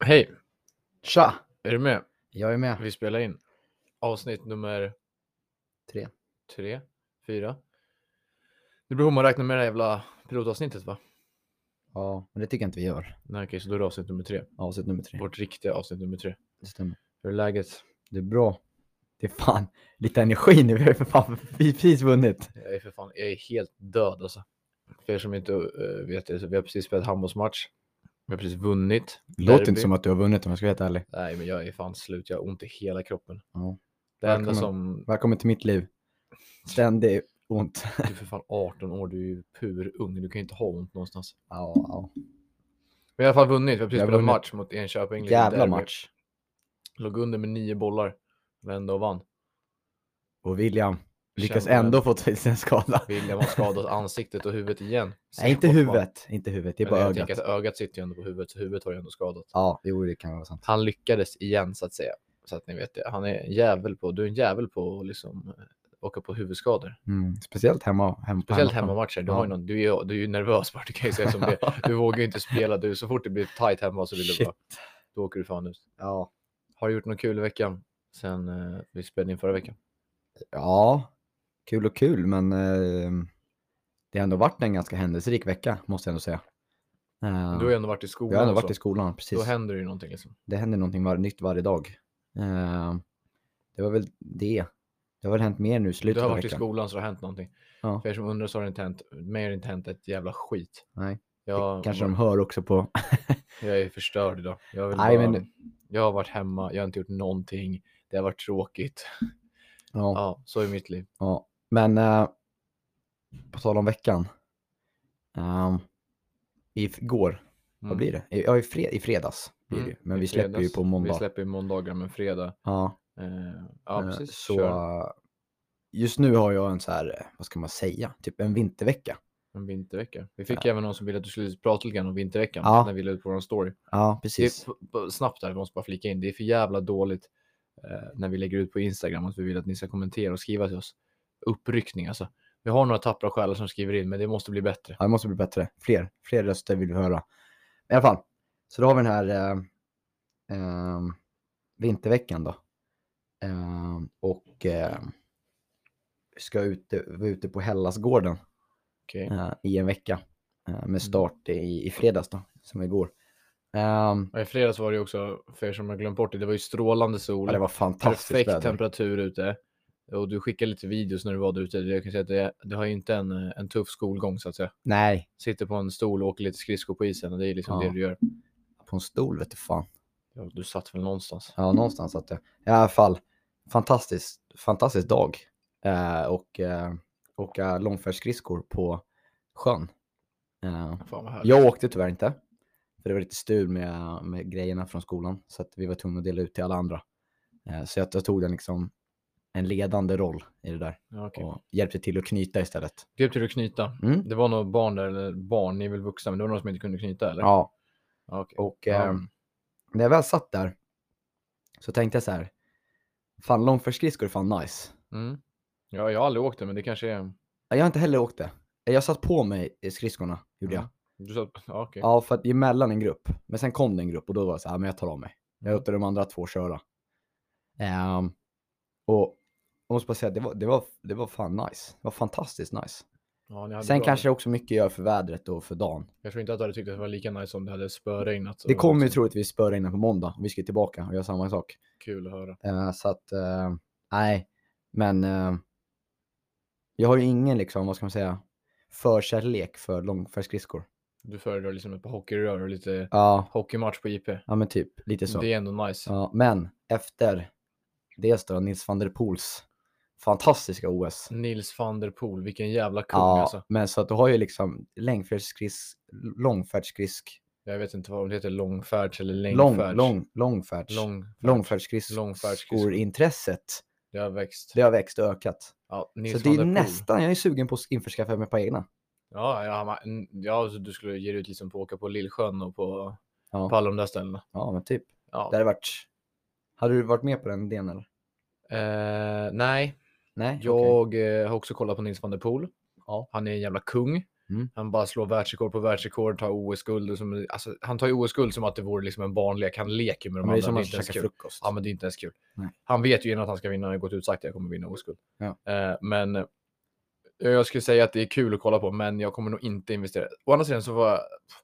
Hej, Tja! är du med? Jag är med. Vi spelar in avsnitt nummer 3. 4. Det beror på om man räknar med det här jävla pilotavsnittet, va? Ja, men det tycker jag inte vi gör. Nej, okej, så då är det avsnitt nummer 3. Avsnitt nummer 3. Vårt riktiga avsnitt nummer 3. Det stämmer. Hur är läget? Det är bra. Det är fan lite energi nu. Vi har för fan precis vunnit. Jag är helt död alltså. För er som inte vet det, så vi har precis spelat handbollsmatch. Vi har precis vunnit. Det låter Derby. inte som att du har vunnit om jag ska vara helt ärlig. Nej, men jag är fan slut. Jag har ont i hela kroppen. Ja. Det enda som... Välkommen till mitt liv. Ständigt ont. Du är för fan 18 år, du är ju pur ung. Du kan ju inte ha ont någonstans. Ja. Vi har i alla fall vunnit. Vi har precis Vi har spelat vunnit. match mot Enköping. Jävla Derby. match. Låg under med 9 bollar. Vände och vann. Och William lyckas Kände ändå få till sin skada. William har skadat ansiktet och huvudet igen. Nej, inte huvudet. Inte huvudet. Det är Men bara jag ögat. tänker att ögat sitter ju ändå på huvudet, så huvudet har ju ändå skadat. Ja, jo, det kan vara sant. Han lyckades igen, så att säga. Så att ni vet det. Han är en jävel på, du är en jävel på att liksom åka på huvudskador. Speciellt hemma. Speciellt hemmamatcher. Du, Ja. har ju du är ju nervös bara, du kan ju säga som det. Du vågar ju inte spela. Så fort det blir tight hemma så vill du bara, då åker du fan ut. Ja. Har du gjort något kul i veckan sen vi spelade in förra veckan? Ja, kul, men det har ändå varit en ganska händelserik vecka, måste jag ändå säga. Du har ju ändå varit i skolan. Jag har ändå och varit i skolan, precis. Då händer det ju någonting liksom. Det händer någonting nytt varje dag. Det var väl det. Det har väl hänt mer nu i slutet Du har av varit i veckan. skolan så det har hänt någonting. Ja. För er som undrar så har det inte hänt, mig har det inte hänt ett jävla skit. Nej, Jag, kanske de hör också på. jag är förstörd idag. Jag har varit hemma, jag har inte gjort någonting. Det har varit tråkigt. Ja, så är mitt liv. Ja. Men på tal om veckan. Igår, vad blir det? Ja, i fredags blir det. Men vi släpper ju på måndag. Vi släpper ju måndagar, men fredag. Ja. Precis. Så just nu har jag en så här, vad ska man säga? Typ en vintervecka. En vintervecka. Vi fick även någon som ville att du skulle prata lite grann om vinterveckan. När vi la ut på vår story. Ja, precis. Snabbt där, vi måste bara flika in. Det är för jävla dåligt när vi lägger ut på Instagram att vi vill att ni ska kommentera och skriva till oss. Uppryckning alltså. Vi har några tappra själar som skriver in, men det måste bli bättre. Ja, det måste bli bättre. Fler röster vill vi höra. I alla fall. Så då har vi den här vinterveckan då. Och ska vara ute på Hellasgården i en vecka. Med start i fredags då, som igår. I fredags var det också, för er som har glömt bort det var ju strålande sol. Ja, det var fantastiskt perfekt väder. Temperatur ute. Och du skickade lite videos när du var där ute. Jag kan säga att det har ju inte en tuff skolgång så att säga. Nej. Sitter på en stol och åker lite skridskor på isen och det är liksom det du gör. På en stol vet du fan. Ja, du satt väl någonstans. Ja, någonstans satt jag. I alla fall, fantastisk dag. Och åka långfärdsskridskor på sjön. Fan vad härligt. Jag åkte tyvärr inte. För det var lite stul med grejerna från skolan. Så att vi var tvungna att dela ut till alla andra. Så jag tog den liksom en ledande roll i det där. Okay. Och hjälpte till att knyta istället. Hjälpte till att knyta? Det var nog barn där, eller barn, ni är väl vuxna, men det var någon som inte kunde knyta eller? Ja. Okay. Och när jag väl satt där så tänkte jag så här. Fan, långfärdsskridskor är fan nice. Ja, jag har aldrig åkt det, men det kanske är... Jag har inte heller åkt det. Jag satt på mig i skridskorna, gjorde jag. Du satt... Okay. Ja, för att emellan en grupp. Men sen kom det en grupp och då var det så här, men jag tar av mig. Jag låter de andra 2 köra. Och jag måste bara säga, det var fan nice. Det var fantastiskt nice. Ja, sen kanske också mycket gör för vädret och för dagen. Jag tror inte att du hade tyckt att det var lika nice om det hade spöregnat. Det kommer ju troligtvis spöregna på måndag. Och vi ska tillbaka och göra samma sak. Kul att höra. Så att, nej. Men jag har ju ingen liksom, vad ska man säga, förkärlek för långfärdsskridskor. Du föredrar liksom ett par hockeyrör och lite hockeymatch på IP. Ja, men typ, lite så. Det är ändå nice. Ja, men efter det då, Nils van der Poels fantastiska OS. Nils van der Poel, vilken jävla kung alltså. Men så att du har ju liksom långfärdsskrisk. Jag vet inte vad det heter, långfärds eller längdfärds. Långfärdsskridskor-intresset. Det har växt. Det har växt och ökat. Ja, så det är nästan, jag är sugen på att införskaffa mig på egna. Ja, så du skulle ge ut liksom på att åka på Lillsjön och på alla de där ställena. Ja, men typ. Ja. Det hade varit... Hade du varit med på den idén eller? Nej. Jag har också kollat på Nils van der Poel. Ja. Han är en jävla kung. Han bara slår världsrekord på världsrekord, tar OS-guld. Alltså, han tar ju OS-guld som att det vore liksom en barn lek. Han leker med de andra. Det är som andra. att käka frukost. Ja, men det är inte ens kul. Nej. Han vet ju innan att han ska vinna. Han har gått ut sagt att jag kommer vinna OS-guld. Ja. Men jag skulle säga att det är kul att kolla på, men jag kommer nog inte investera. Å andra sidan så var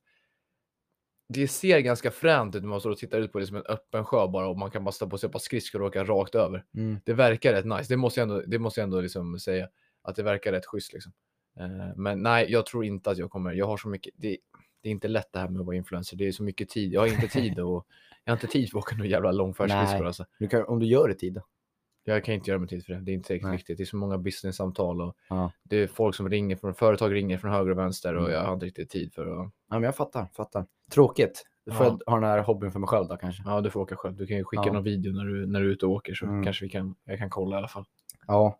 det ser ganska fränt ut när man står och tittar ut på det som en öppen sjö bara, och man kan bara stå på sig på skridskor och åka rakt över. Det verkar rätt nice. Det måste jag ändå liksom säga att det verkar rätt schysst liksom. Men nej, jag tror inte att jag kommer. Jag har så mycket. Det är inte lätt det här med att vara influencer. Det är så mycket tid. Jag har inte tid och jag har inte tid för att åka någon jävla långfärdsskridskor alltså. Om du gör det tid då? Jag kan inte göra mig tid för det. Det är inte tillräckligt viktigt. Det är så många business-samtal och det är folk som ringer från företag ringer från höger och vänster och jag har inte riktigt tid för att... Ja, men jag fattar. Tråkigt. Du får ha den här hobbyn för mig själv då kanske. Ja, du får åka själv. Du kan ju skicka någon video när du är ute och åker så kanske jag kan kolla i alla fall. Ja.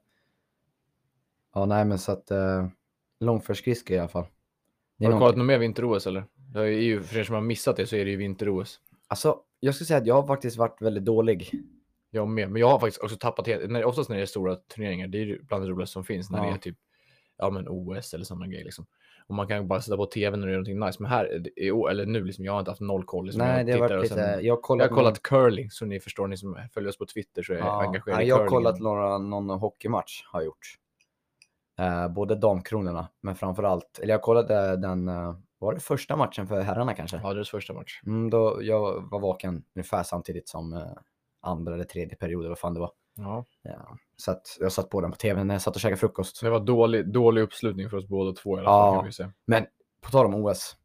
Ja, nej men så att långfärdsskridskor i alla fall. Har du kollat något mer vinter-OS eller? Det är ju, för er som har missat det så är det ju vinter-OS. Alltså, jag skulle säga att jag har faktiskt varit väldigt dålig. Jag med, men jag har faktiskt också tappat helt, oftast när det är stora turneringar, det är ju bland det roligaste som finns när det är typ OS eller sådana grejer liksom. Och man kan bara sätta på tv när det är någonting nice, men här eller nu liksom, jag har inte haft noll koll liksom. Nej, det har varit lite, jag har kollat curling, så ni förstår, ni som följer oss på Twitter så är jag engagerad i curling. Jag har kollat någon hockeymatch har jag gjort. Både damkronorna, men framförallt, eller jag kollade den, var det första matchen för herrarna kanske? Ja, det är första match. Då jag var vaken ungefär samtidigt som andra eller tredje perioden, vad fan det var. Ja. Så att jag satt på den på tv när jag satt och käkade frukost. Så det var dålig uppslutning för oss båda två i alla fall, kan vi säga. Men på tal om OS.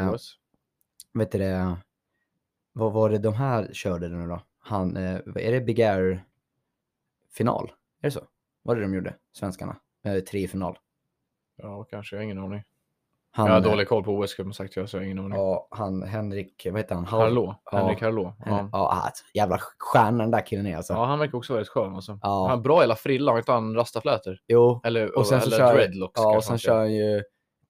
Vet du det, vad var det de här körde nu då? Är det Big Air final? Är det så? Vad är det de gjorde, svenskarna? 3 i final. Ja, kanske, jag har ingen aning. Jag har dålig koll på OS, som sagt, jag har ingen aning. Ja, Henrik, vad heter han? Henrik Harlå. Jävla stjärnan den där killen är alltså. Ja, han verkar också väldigt skön alltså. Ja. Han har bra hela frilla, har inte han rastaflätor? Jo, och sen så kör dreadlocks. Ja, och sen kör han ju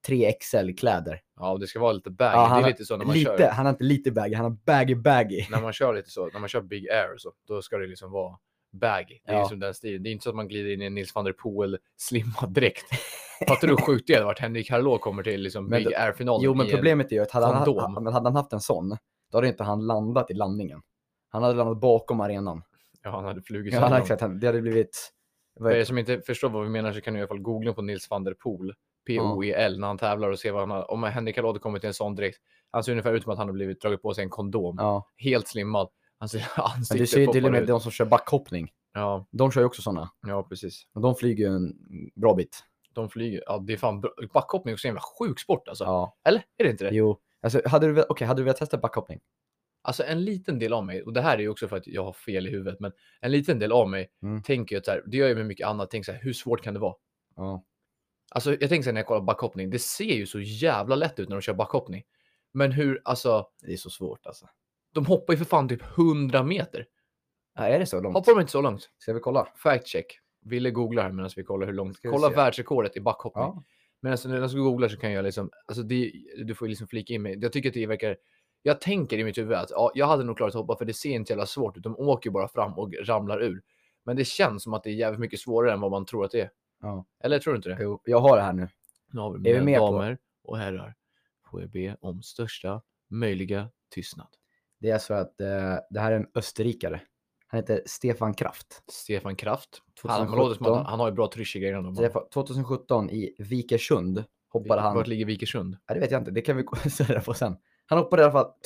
3XL-kläder. Ja, och det ska vara lite baggy. Det är lite så när man kör. Han har inte lite baggy, han har baggy. När man kör lite så, när man kör Big Air så, då ska det liksom vara baggy. Det är liksom den stilen. Det är inte så att man glider in i en Nils van der Poel slimmad direkt. Fattar du hur sjukt det hade varit? Henrik Harlå kommer till liksom Big Air-finalen. Jo, men problemet är ju att hade han haft en sån, då hade inte han landat i landningen. Han hade landat bakom arenan. Ja, han hade flugit så. Ja, exakt. Det hade blivit... För er som inte förstår vad vi menar så kan du i alla fall googla på Nils van der Poel. Poel när han tävlar och se vad han har. Om Henrik Harlå hade kommit till en sån direkt. Han ser ungefär ut som att han har blivit dragit på sig en kondom. Ja. Helt slimmad. Han ser men du ser ju till och med de som kör backhoppning. Ja. De kör ju också såna. Ja, precis. Och de flyger ju en bra bit. De flyger, ja det är fan backhoppning är också en jävla sjuk sport alltså. Ja. Eller? Är det inte det? Jo. Alltså, hade du velat testa backhoppning? Alltså en liten del av mig, och det här är ju också för att jag har fel i huvudet, men en liten del av mig tänker ju att så här, det gör ju med mycket annat, tänker så här, hur svårt kan det vara? Ja. Alltså jag tänker så här, när jag kollar backhoppning, det ser ju så jävla lätt ut när de kör backhoppning. Men hur, alltså... Det är så svårt alltså. De hoppar ju för fan typ 100 meter. Ja, är det så långt? Hoppar de inte så långt? Ska vi kolla? Fact check. Ville googla här medan vi kollar hur långt. Kolla världsrekordet i backhoppning. Ja. Men alltså, när jag ska googla så kan jag liksom... Alltså du får ju liksom flika in mig. Jag tycker att det verkar... Jag tänker i mitt huvud att jag hade nog klarat att hoppa, för det ser inte jävla svårt ut. De åker bara fram och ramlar ur. Men det känns som att det är jävligt mycket svårare än vad man tror att det är. Ja. Eller tror du inte det? Jo, jag har det här nu. Nu har vi med damer och herrar. Får jag be om största möjliga tystnad. Det är så att det här är en österrikare. Han heter Stefan Kraft. Stefan Kraft. Han har ju bra trysch i grejerna. 2017 i Vikersund hoppade han. Vart ligger Vikersund? Ja, det vet jag inte. Det kan vi säga på sen. Han hoppade i alla fall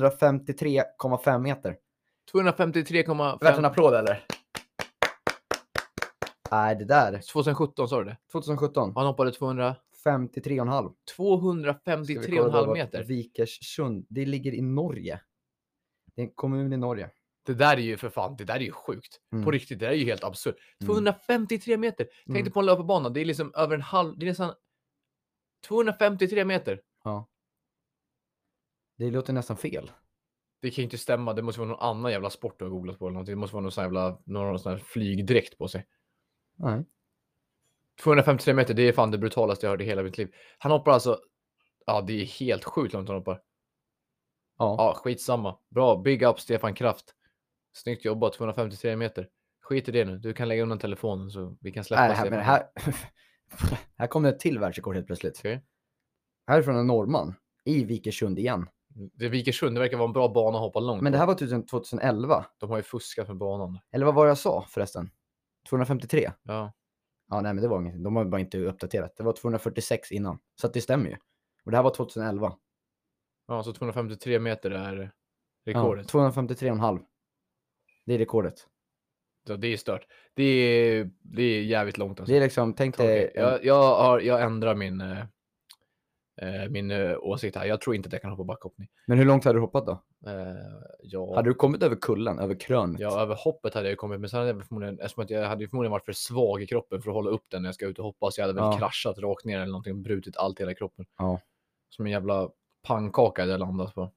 253,5 meter. 253,5. Värt en applåd eller? Nej, det där. 2017 sa du det? 2017. Han hoppade 253,5. 253,5 meter. Vikersund. Det ligger i Norge. Det är en kommun i Norge. Det där är ju för fan, det där är ju sjukt. På riktigt, det där är ju helt absurt. 253 meter. Tänk dig på en löparbana. Det är liksom över en halv, det är nästan 253 meter. Ja. Det låter nästan fel. Det kan ju inte stämma. Det måste vara någon annan jävla sport du har googlat på eller någonting. Det måste vara någon sån här flygdräkt på sig. Nej. 253 meter, det är fan det brutalaste jag hört i hela mitt liv. Han hoppar alltså, ja det är helt sjukt långt han hoppar. Ja, skitsamma. Bra, big up Stefan Kraft. Snyggt jobbat, 253 meter. Skit i det nu, du kan lägga undan telefonen så vi kan släppa. Nej, men här kom det till världsrekord helt plötsligt. Okay. Härifrån en norrman. I Vikersund igen. Det Vikersund, det verkar vara en bra bana att hoppa långt. Men det på. här var 2011. De har ju fuskat med banan. Eller vad var jag sa förresten? 253? Ja. Ja, nej men det var inget. De har bara inte uppdaterat. Det var 246 innan. Så att det stämmer ju. Och det här var 2011. Ja, så 253 meter är Ja, rekordet. 253,5. Det är rekordet. Så det är stört. Det är jävligt långt alltså. Det är liksom, tänk dig... Jag ändrar min åsikt här. Jag tror inte att jag kan hoppa backhoppning. Men hur långt hade du hoppat då? Ja. Hade du kommit över kullen, över krönet? Ja, över hoppet hade jag kommit, men sen hade jag förmodligen, eftersom att jag hade förmodligen varit för svag i kroppen för att hålla upp den när jag ska ut och hoppa, så jag hade väl kraschat rakt ner eller någonting och brutit allt i hela kroppen. Ja. Som en jävla pannkaka hade jag landat på.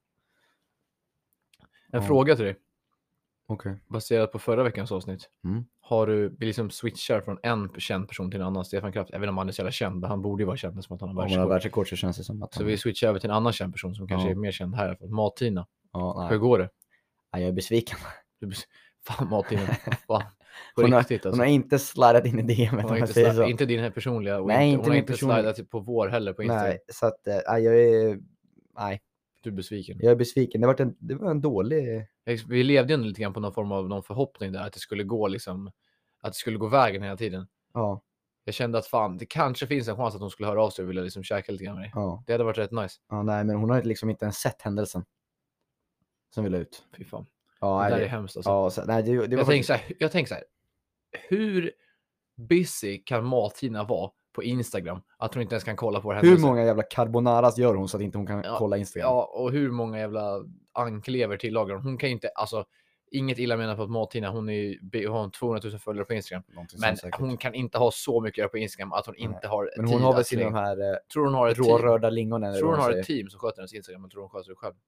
En fråga till dig. Okej. Baserat på förra veckans avsnitt. Mm. Har du liksom switchar från en känd person till en annan? Stefan Kraft, även om han är så jävla känd, men han borde ju vara känd som att han har Om man har världsrekord så känns det som att så vi switchar över till en annan känd person som kanske är mer känd här. Mat-Tina. Ja, nej. Hur går det? Ja, jag är besviken. Fan, Mat-Tina. Fan. På Hon riktigt har alltså. inte slidat in i DM. Hon har inte din här personliga. Och nej, hon har min inte personliga. slidat på vår heller på Instagram. Nej, så att jag är... Nej. Du är besviken. Jag är besviken. Det var en dålig... Vi levde ju lite grann på någon form av någon förhoppning där. Att det skulle gå liksom... Att det skulle gå vägen hela tiden. Ja. Jag kände att fan, det kanske finns en chans att hon skulle höra av sig och vilja liksom käka lite grann med dig. Ja. Det hade varit rätt nice. Ja, nej, men hon har liksom inte ens sett händelsen. Som vi la ut. Fy fan. Ja, det där är hemskt alltså. Ja, så, nej, det var jag tänker så här. Hur busy kan Mat-Tina vara på Instagram att hon inte ens kan kolla på det här? Hur många jävla carbonaras gör hon så att inte hon kan kolla Instagram? Ja, och hur många jävla anklever tillagar hon? Hon kan ju inte, alltså inget illa menat på att Mat-Tina, hon har 200 000 följare på Instagram. Men hon kan inte ha så mycket på Instagram att hon inte har men hon har väl sina de här tror hon har ett rårörda lingonen. Tror hon har ett team som sköter hennes Instagram, men tror hon sköter det själv?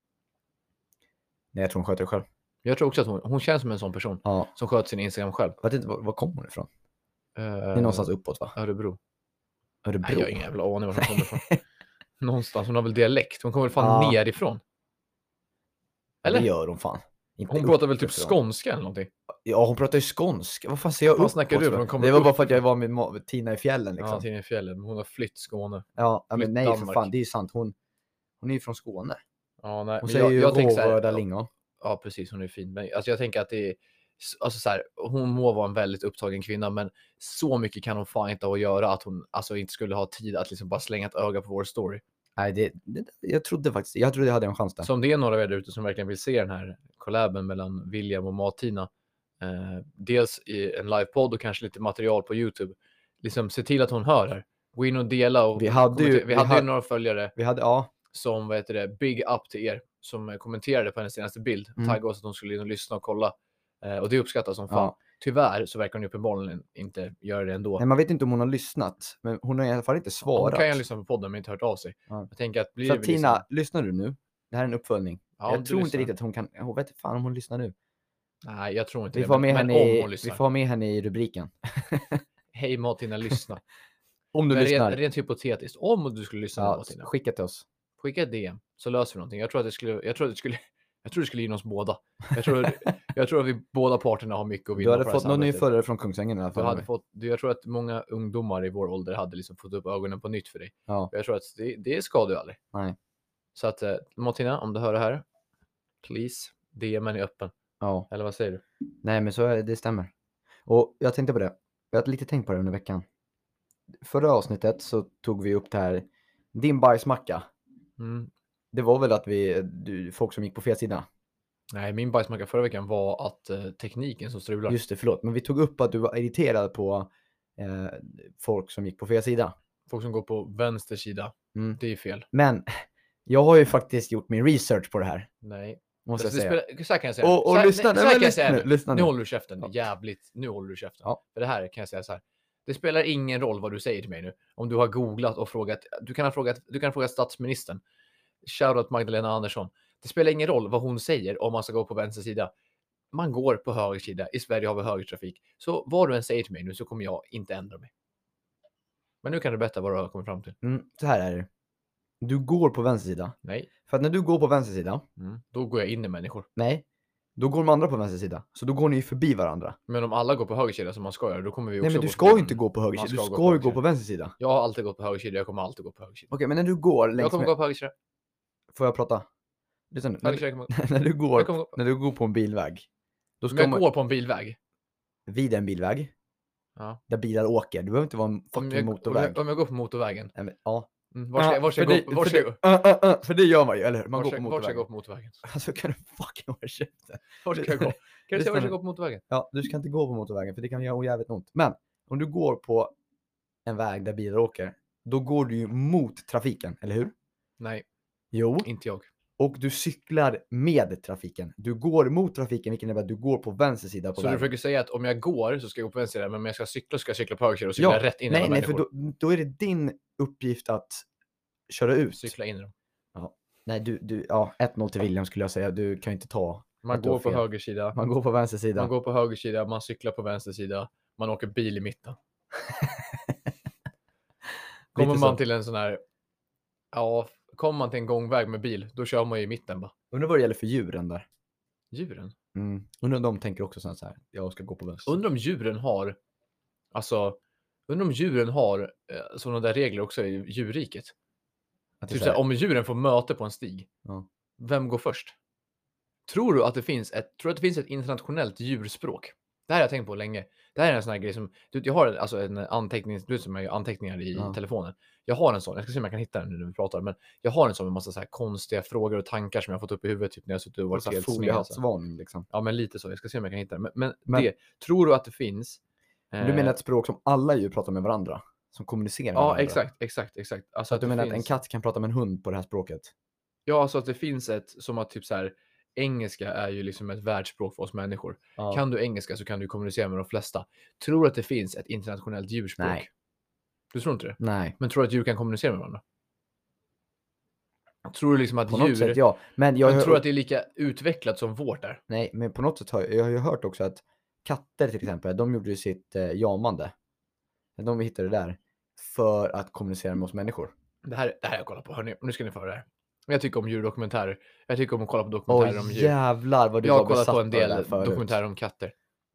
Nej, jag tror hon sköter det själv. Jag tror också att hon känns som en sån person som sköter sin Instagram själv. Jag vet inte, var kommer hon ifrån? Det är någonstans uppåt, va? Örebro. Nej, jag har ingen jävla aning var hon kommer ifrån. Någonstans, hon har väl dialekt. Hon kommer väl fan nerifrån. Eller? Det gör hon fan. Inte hon pratar väl typ skånska eller någonting? Ja, hon pratar ju skånska. Vad fan ser jag upp? Vad snackar du? Det var bara för att jag var med Tina i fjällen liksom. Ja, Tina i fjällen. Hon har flytt Skåne. Ja, men nej för fan, det är ju sant. Hon är ju från Skåne. Ja, nej. Hon säger ju rårörda lingon. Ja, precis. Hon är fin. Men alltså, jag tänker att det är... Alltså så här, hon må vara en väldigt upptagen kvinna, men så mycket kan hon fan inte ha att göra att hon alltså inte skulle ha tid att liksom bara slänga ett öga på vår story. Nej, jag trodde jag hade en chans där. Så om det är några av er där ute som verkligen vill se den här collaben mellan William och Mat-Tina, dels i en livepodd och kanske lite material på YouTube, liksom se till att hon hör här. Gå in och dela. Och vi hade ju några följare som big up till er som kommenterade på hennes senaste bild. Tagga oss att hon skulle in och lyssna och kolla. Och det uppskattas som fan. Ja. Tyvärr så verkar hon uppenbarligen inte göra det ändå. Nej, man vet inte om hon har lyssnat. Men hon har i alla fall inte svarat. Hon kan ju lyssna på podden men inte hört av sig. Ja. Jag tänker att så Tina, liksom... lyssnar du nu? Det här är en uppföljning. Ja, jag tror inte riktigt att hon kan... Jag vet inte fan om hon lyssnar nu. Nej, jag tror inte vi det. Får men om hon lyssnar. Vi får ha med henne i rubriken. Hej Mat-Tina, lyssna. Om du lyssnar. Rent hypotetiskt. Om du skulle lyssna på Mat-Tina. Skicka till oss. Skicka ett DM så löser vi någonting. Jag tror det skulle gynna oss båda. Jag tror att vi båda parterna har mycket att vinna. Du hade fått någon ny följare från Kungsängen i alla fall. Jag tror att många ungdomar i vår ålder hade liksom fått upp ögonen på nytt för dig. Ja. Jag tror att det ska du aldrig. Nej. Så att Mat-Tina, om du hör det här, please, DM:en är öppen. Ja. Eller vad säger du? Nej, men det stämmer. Och jag tänkte på det. Jag hade lite tänkt på det under veckan. Förra avsnittet så tog vi upp det här. Din bajsmacka. Det var väl att folk som gick på fel sida. Nej, min bajsmacka förra veckan var att tekniken som strular. Just det, förlåt. Men vi tog upp att du var irriterad på folk som gick på fel sida. Folk som går på vänster sida. Det är fel. Men jag har ju faktiskt gjort min research på det här. Nej. Måste jag säga. Så här kan jag säga. Och lyssna nu. Nu håller du käften. Jävligt. Nu håller du käften. Ja. För det här kan jag säga så här. Det spelar ingen roll vad du säger till mig nu. Om du har googlat och frågat. Du kan fråga statsministern. Shoutout Magdalena Andersson. Det spelar ingen roll vad hon säger om man ska gå på vänster sida. Man går på höger sida. I Sverige har vi högertrafik. Så vad du än säger till mig nu så kommer jag inte ändra mig. Men nu kan du berätta vad du har kommit fram till. Så här är det. Du går på vänster sida. Nej. För att när du går på vänster sida. Då går jag in i människor. Nej. Då går de andra på vänster sida. Så då går ni förbi varandra. Men om alla går på höger sida som man ska göra, då kommer vi också Nej, men du gå ska förbi ju inte gå på höger Man sida. Du ska ska ju gå på vänster sida. Jag har alltid gått på höger sida, jag kommer alltid gå på höger sida. Okej, men när du går längs Jag kommer gå på höger sida. Får jag prata? Lyssna nu. Höger sida kommer... När du går på en bilväg. Då Men ska jag man... går på en bilväg. Vid en bilväg. Ja. Där bilar åker. Du behöver inte vara en fucking motorväg. Om jag går på motorvägen. Nej, men, ja. Var ska jag gå? För det gör man ju, eller hur? Man går på motorvägen. Var ska jag gå på motorvägen? Alltså kan du fucking hålla käften. Var ska jag gå? Kan du säga var ska jag gå på motorvägen? Ja, du ska inte gå på motorvägen för det kan göra jävligt ont. Men om du går på en väg där bilar åker, då går du ju mot trafiken, eller hur? Nej. Jo. Inte jag. Och du cyklar med trafiken. Du går mot trafiken, vilket innebär att du går på vänster sida på vägen. Så du försöker säga att om jag går så ska jag gå på vänster sida, men om jag ska cykla så ska jag cykla på höger sida och cykla rätt in i Nej, för då är det din uppgift att köra ut. Cykla in i dem. Ja. Nej, 1-0 till William skulle jag säga. Du kan ju inte ta... Man går på höger sida. Man går på vänster sida. Man går på höger sida, man cyklar på vänster sida. Man åker bil i mitten. Kommer man till en sån här... Ja, kommer man till en gångväg med bil, då kör man ju i mitten bara. Undrar vad det gäller för djuren där. Djuren? Undrar om de tänker också så här, jag ska gå på vänster. Undrar om djuren har... Alltså... Undrar om djuren har sådana där regler också i djurriket. Typ såhär, om djuren får möte på en stig. Ja. Vem går först? Tror du att det finns ett internationellt djurspråk? Det här har jag tänkt på länge. Det här är en sån här grej som... Jag har alltså en anteckning... Du som är anteckningar i telefonen. Jag har en sån. Jag ska se om jag kan hitta den nu när vi pratar. Men jag har en sån med massa så här konstiga frågor och tankar som jag har fått upp i huvudet. Typ när jag suttit och varit helt foliehattsvarning liksom. Ja, men lite så. Jag ska se om jag kan hitta den. Men det... Tror du att det finns... Du menar ett språk som alla djur pratar med varandra? Som kommunicerar med varandra? Ja, exakt. Alltså att du menar att en katt kan prata med en hund på det här språket? Ja, alltså att det finns ett som att typ så här, engelska är ju liksom ett världsspråk för oss människor. Ja. Kan du engelska så kan du kommunicera med de flesta. Tror du att det finns ett internationellt djurspråk? Nej. Du tror inte det? Nej. Men tror du att djur kan kommunicera med varandra? Tror du liksom att på något sätt, ja. Men jag tror att det är lika utvecklat som vårt är? Nej, men på något sätt har jag ju hört också att katter till exempel, de gjorde ju sitt jamande. De hittade det där för att kommunicera med oss människor. Det här jag kollar på. Hörrni, nu ska ni få det här. Jag tycker om djurdokumentärer. Jag tycker om att kolla på dokumentärer om djur. Jävlar vad du jag har kollat besatt på en del dokumentärer om katter.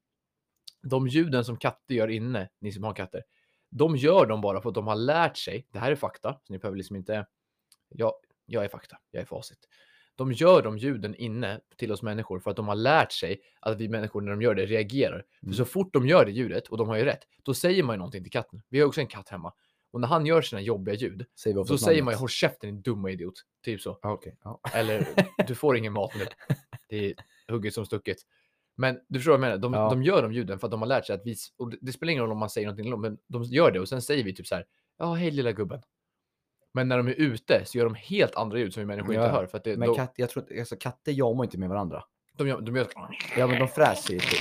De ljuden som katter gör inne, ni som har katter, de gör dem bara för att de har lärt sig. Det här är fakta, så ni behöver liksom inte... Jag är fakta, jag är facit. De gör de ljuden inne till oss människor för att de har lärt sig att vi människor när de gör det reagerar. För så fort de gör det ljudet, och de har ju rätt, då säger man ju någonting till katten. Vi har också en katt hemma. Och när han gör sina jobbiga ljud, så säger man ju håll käften din dumma idiot. Typ så. Okay. Eller du får ingen mat nu. Det är hugget som stucket. Men du förstår vad jag menar. De gör de ljuden för att de har lärt sig att vi... Och det spelar ingen roll om man säger någonting, men de gör det och sen säger vi typ så här: ja, hej lilla gubben. Men när de är ute så gör de helt andra ljud som vi människor inte hör. För att det, men jag tror alltså, katter jamar inte med varandra. De gör... Ja, men de fräser ju typ.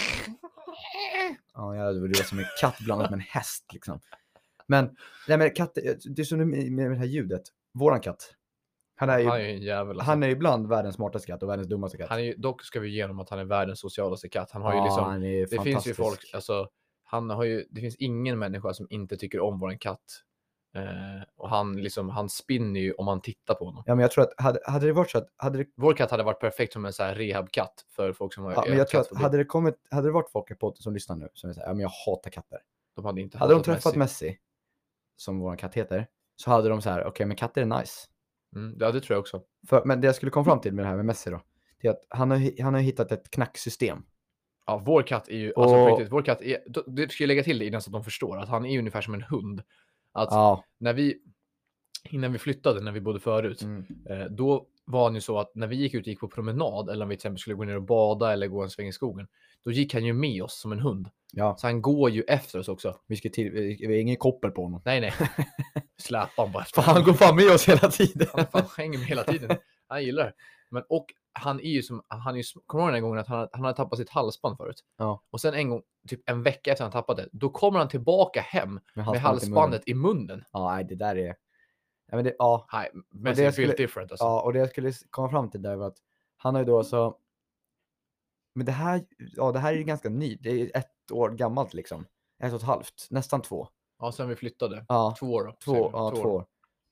Ja, det var som en katt blandat med en häst liksom. Men, nej men katter, det är som med det här ljudet. Våran katt. Han är ju en jävel. Alltså. Han är ju ibland världens smartaste katt och världens dummaste katt. Han är ju, dock ska vi igenom att han är världens socialaste katt. Han har ju liksom... Han är det finns ju folk... Alltså, det finns ingen människa som inte tycker om våran katt. Och han spinner ju om man tittar på honom. Ja, men jag tror att hade det varit så att vår katt hade varit perfekt som en så här rehabkatt för folk som har... Ja, men jag tror att hade det varit folk på podden som lyssnar nu som säger, ja men jag hatar katter. De hade inte hade de träffat Messi som vår katt heter, så hade de så här, okej, men katter är nice. Ja, det tror jag också. Men det jag skulle komma fram till med det här med Messi då, det är att han har hittat ett knacksystem. Ja, vår katt är ju... Alltså, riktigt, vår katt är... Det ska jag lägga till det innan så att de förstår att han är ungefär som en hund. Att innan vi flyttade, när vi bodde förut, då var det ju så att när vi gick på promenad, eller om vi till exempel skulle gå ner och bada eller gå en sväng i skogen, då gick han ju med oss som en hund. Ja. Så han går ju efter oss också. Vi har ingen koppel på honom. Nej. Släpa han bara efter. Han går fan med oss hela tiden. Han hänger med hela tiden. Han gillar det. Men och han är ju kommer den här gången att han hade tappat sitt halsband förut. Ja. Och sen en gång, typ en vecka efter han tappade det, då kommer han tillbaka hem med halsbandet i munnen. Ja, nej, det där är... Ja, men men det är different alltså. Ja, och det jag skulle komma fram till där var att han har ju då så... Men det här är ju ganska ny. Det är 1 år gammalt liksom. 1,5, nästan 2. Ja, sen vi flyttade. Ja, 2 år då. 2 år.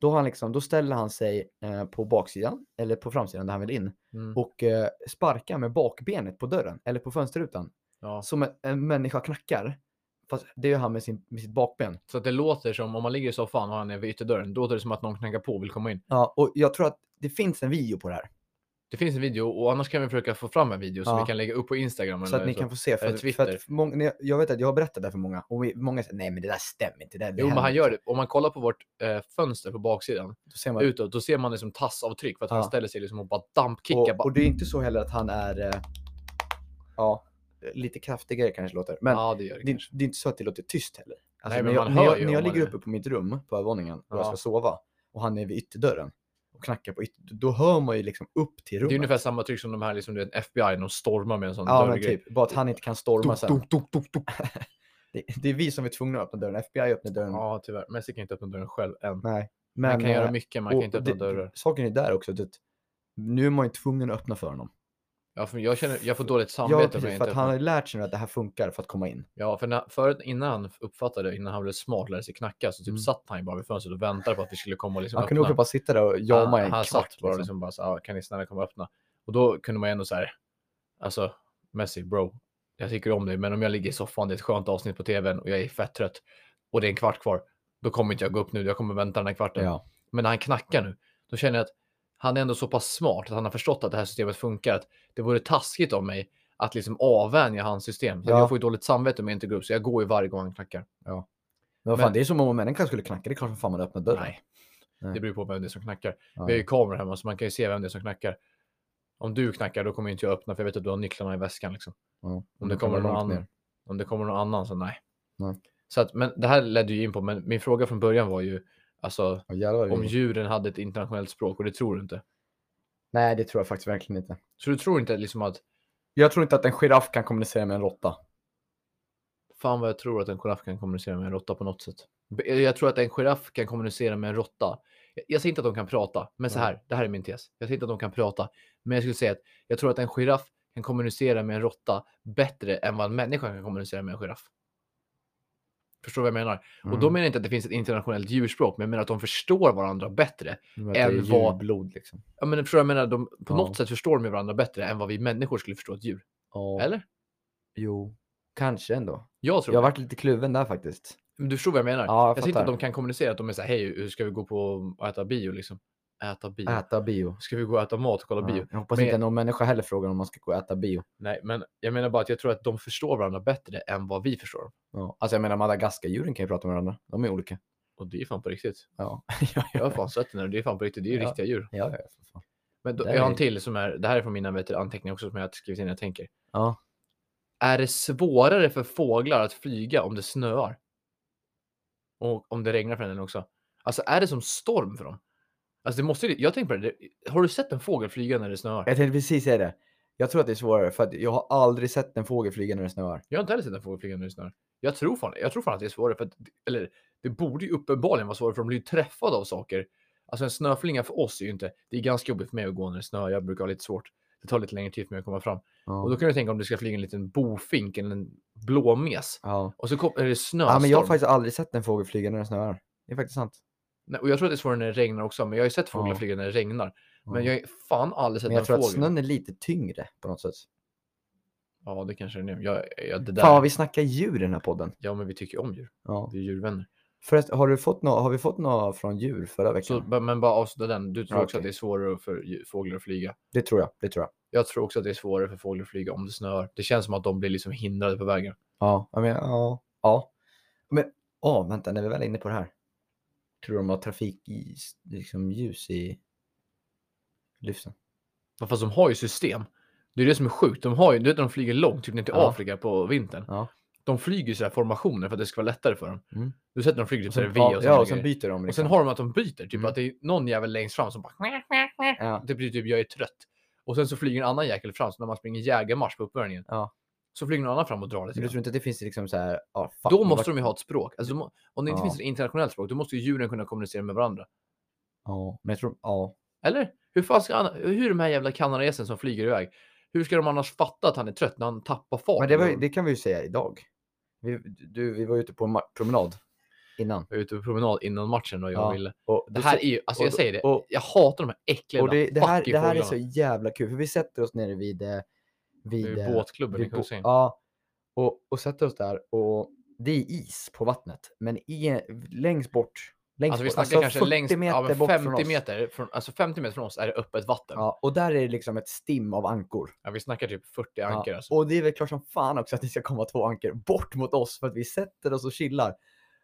Då ställer han sig på baksidan eller på framsidan där han vill in och sparkar med bakbenet på dörren eller på fönsterrutan. Ja. Som en människa knackar. Fast det gör han med sitt bakben. Så att det låter som om man ligger i soffan och han är vid ytterdörren. Då låter det som att någon knackar på och vill komma in. Ja, och jag tror att det finns en video på det här. Det finns en video och annars kan vi försöka få fram en video som vi kan lägga upp på Instagram. Så att ni kan få se. För att jag vet att jag har berättat det för många. Och många säger, nej men det där stämmer inte. Jo, men han gör det. Om man kollar på vårt fönster på baksidan. Då ser man, utåt, då ser man det som tassavtryck. För att han ställer sig liksom och bara dampkickar. Och det är inte så heller att han är... lite kraftigare kanske låter. Men det gör det är inte så att det låter tyst heller. Alltså, nej, när jag ligger uppe på mitt rum på övervåningen och jag ska sova. Och han är vid ytterdörren. Och knackar på då hör man ju liksom upp till rummet. Det är ungefär samma tryck som de här liksom, FBI, de stormar med en sån dörr. Men typ, bara att han inte kan storma sen. Det är vi som är tvungna att öppna dörren. FBI öppnar dörren. Ja, tyvärr. Messi kan inte öppna dörren själv än. Nej. Men man kan göra mycket, man kan inte öppna dörrar. Saken är där också, att nu är man ju tvungen att öppna för honom. Ja, för jag får dåligt samvete. Ja, precis, för att han har lärt sig att det här funkar för att komma in. Ja, innan han uppfattade, innan han blev smart, lärde sig knacka, så typ satt han bara vid fönstret och väntade på att vi skulle komma och liksom han kunde också bara sitta där och jama en han kvart. Satt bara liksom bara så kan ni snälla komma och öppna? Och då kunde man ändå så här, alltså, Messi, bro, jag tycker om dig, men om jag ligger i soffan, det är ett skönt avsnitt på tvn och jag är fett trött och det är en kvart kvar, då kommer inte jag gå upp nu, jag kommer vänta den här kvarten. Ja. Men när han knackar nu, då känner jag att han är ändå så pass smart att han har förstått att det här systemet funkar, att det vore taskigt av mig att liksom avvänja hans system. Så jag får ju dåligt samvete om jag inte går upp, så jag går ju varje gång han knackar. Ja. Men fan, det är som om människan skulle knacka, det är klart som fan man öppnar dörren. Nej. Det beror på vem det är som knackar. Vi har ju kameror hemma så man kan ju se vem det är som knackar. Om du knackar, då kommer inte jag öppna, för jag vet att du har nycklarna i väskan liksom. Om det kommer någon annan så nej. Så att, men det här ledde ju in på, men min fråga från början var ju alltså, om djuren hade ett internationellt språk, och det tror du inte? Nej, det tror jag faktiskt verkligen inte. Så du tror inte liksom att... Jag tror inte att en giraff kan kommunicera med en råtta. Fan vad jag tror att en giraff kan kommunicera med en råtta på något sätt. Jag tror att en giraff kan kommunicera med en råtta. Jag säger inte att de kan prata, men så här, det här är min tes. Jag säger inte att de kan prata, men jag skulle säga att jag tror att en giraff kan kommunicera med en råtta bättre än vad en människa kan kommunicera med en giraff. Förstår du vad jag menar? Och då menar jag inte att det finns ett internationellt djurspråk, men jag menar att de förstår varandra bättre än vad... blod liksom. Ja, men förstår jag menar, de på något sätt förstår med varandra bättre än vad vi människor skulle förstå ett djur. Eller? Jo, kanske ändå. Jag har varit lite kluven där faktiskt. Men du förstår vad jag menar? Jag säger inte att de kan kommunicera, att de är så här, hej, hur ska vi gå på och äta bio liksom? Äta bio. Ska vi gå och äta mat och kolla bio? Jag hoppas inte någon människa heller frågar om man ska gå och äta bio. Nej, men jag menar bara att jag tror att de förstår varandra bättre än vad vi förstår. Ja. Alltså jag menar, Madagaskar-djuren kan ju prata med varandra. De är olika. Och det är fan på riktigt. Ja. Jag har fan sett det, det är fan på riktigt. Det är ju riktiga djur. Ja, för fan. Men då, jag har en till som är, det här är från mina anteckningar också som jag har skrivit in när jag tänker. Ja. Är det svårare för fåglar att flyga om det snöar? Och om det regnar för den också? Alltså är det som storm för dem? Alltså det måste ju, jag tänker på det. Har du sett en fågel flyga när det snöar? Jag tänkte precis säga det. Jag tror att det är svårare för att jag har aldrig sett en fågel flyga när det snöar. Jag har inte heller sett en fågel flyga när det snöar. Jag tror fan att det är svårare för att, eller det borde ju uppenbarligen vara svårare för de blir ju träffade av saker. Alltså en snöflinga för oss är ju inte, det är ganska jobbigt för mig att gå när det snöar. Jag brukar ha lite svårt. Det tar lite längre tid för mig att komma fram. Och då kan du tänka om det ska flyga en liten bofink eller en blåmes. Och så är det snöstorm. Ja, men jag har faktiskt aldrig sett en fågel flyga när det snöar. Det är faktiskt sant. Nej, och jag tror att det är svårare när det regnar också. Men jag har ju sett fåglar flyga när det regnar. Men jag har fan aldrig sett en fågel. Men jag tror att snön är lite tyngre på något sätt. Ja, det kanske det är. Det där... Fan, vi snackar djur i den här podden. Ja, men vi tycker om djur. Ja. Vi är djurvänner. Förrest, har vi fått något från djur förra veckan? Så, men bara avsluta den. Du tror också att det är svårare för fåglar att flyga? Det tror jag. Jag tror också att det är svårare för fåglar att flyga om det snöar. Det känns som att de blir liksom hindrade på vägen. Ja, ja. Men, vänta, när vi väl är inne på det här. Tror de har liksom ljus i lyften? Fast de har ju system. Det är det som är sjukt. De har ju, du vet, de flyger långt, typ ner till Afrika på vintern. Ja. De flyger så här formationer för att det ska vara lättare för dem. Du sätter de flyger typ så här V och sen byter de. Liksom. Och sen har de att de byter. Typ att det är någon jävel längst fram som bara... Det blir typ, jag är trött. Och sen så flyger en annan jäkel fram. Så när man springer jägarmarsch på uppvärmningen. Så flyger någon annan fram och drar det. Men du tror inte att det finns liksom så här... Då måste de ju ha ett språk. Alltså, om det inte finns ett internationellt språk, då måste ju djuren kunna kommunicera med varandra. Ja, men jag tror... Eller? Hur de här jävla kanaresen som flyger iväg? Hur ska de annars fatta att han är trött när han tappar fart? Men det kan vi ju säga idag. Vi var ute på en promenad. Innan. Jag var ute på promenad innan matchen och jag Ja, ville. och Det här är ju, alltså jag säger det, och- jag hatar de här äckliga Och det här är fåglarna. så jävla kul, för vi sätter oss nere vid Båtklubben i vid Kungsängen. ja, och sätter oss där, och det är is på vattnet, men längst bort, Alltså vi snackar kanske 40 längst, meter bort 50 från oss. meter från, alltså 50 meter från oss är det öppet vatten. Ja, och där är det liksom ett stim av ankor. Ja, vi snackar typ 40 ankor alltså. Och det är väl klart som fan också att det ska komma 2 ankor bort mot oss, för att vi sätter oss och chillar.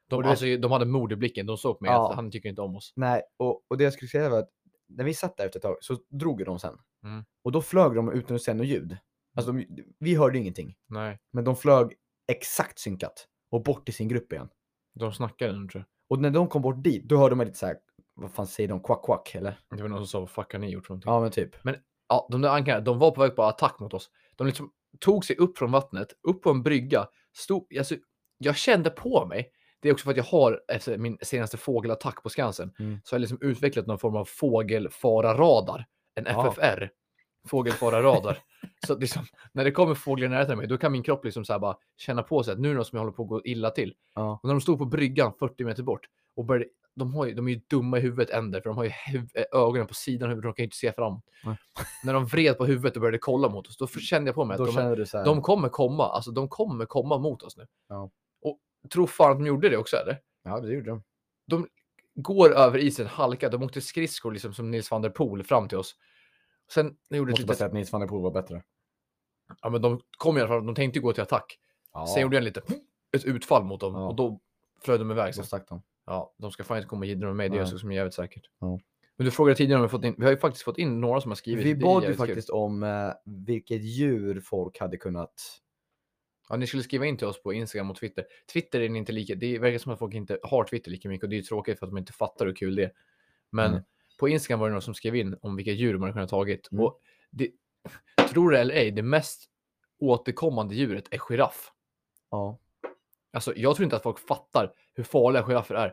De hade mod i blicken, de såg på mig att han tycker inte om oss. Nej, och det jag skulle säga var att när vi satt där efter ett tag så drog de sen. Mm. Och då flög de utan att säga något ljud. Alltså vi hörde ingenting. Nej. Men de flög exakt synkat och bort till sin grupp igen. De snackade nu, tror jag. Och när de kom bort dit, då hörde man lite så här, vad fan säger de, kvack kvack eller? Det var någon som sa, vad fuck har ni gjort för någonting? Ja, men typ. Men ja, de där ankarna, de var på väg på attack mot oss. De liksom tog sig upp från vattnet, upp på en brygga. Alltså, jag kände på mig. Det är också för att jag har, efter min senaste fågelattack på Skansen, så har jag liksom utvecklat någon form av fågelfararradar. En FFR. Fågelfararradar. Så att liksom, när det kommer fåglar nära mig, då kan min kropp liksom så här bara känna på sig att nu är det något som jag håller på att gå illa till. Ja. Och när de stod på bryggan 40 meter bort och började, de är ju dumma i huvudet änder, för de har ju ögonen på sidan av huvudet, de kan ju inte se framåt. När de vred på huvudet och började kolla mot oss, då kände jag på mig att de kommer komma, alltså de kommer komma mot oss nu. Ja. Och tror fan att de gjorde det också, eller? Ja, det gjorde de. De går över isen, halka, de åkte skridskor liksom som Nils van der Poel fram till oss. Sen gjorde Måste bara säga att Nils van der Poel var bättre. Ja, men de kom i alla fall, de tänkte gå till attack. Ja. Sen gjorde jag ett utfall mot dem, och då flög de iväg. Så stack de. Ja, de ska fan inte komma och jiddra med mig, det är så som är jävligt säkert. Ja. Men du frågade tidigare om vi har ju faktiskt fått in några som har skrivit. Vi bad ju faktiskt om vilket djur folk hade kunnat... Ja, ni skulle skriva in till oss på Instagram och Twitter. Twitter är inte lika, det verkar som att folk inte har Twitter lika mycket, och det är ju tråkigt för att de inte fattar hur kul det är. Men på Instagram var det någon som skrev in om vilka djur man hade kunnat tagit. Och det, tror det eller ej, det mest återkommande djuret är giraff. Ja. Alltså jag tror inte att folk fattar hur farliga giraffer är.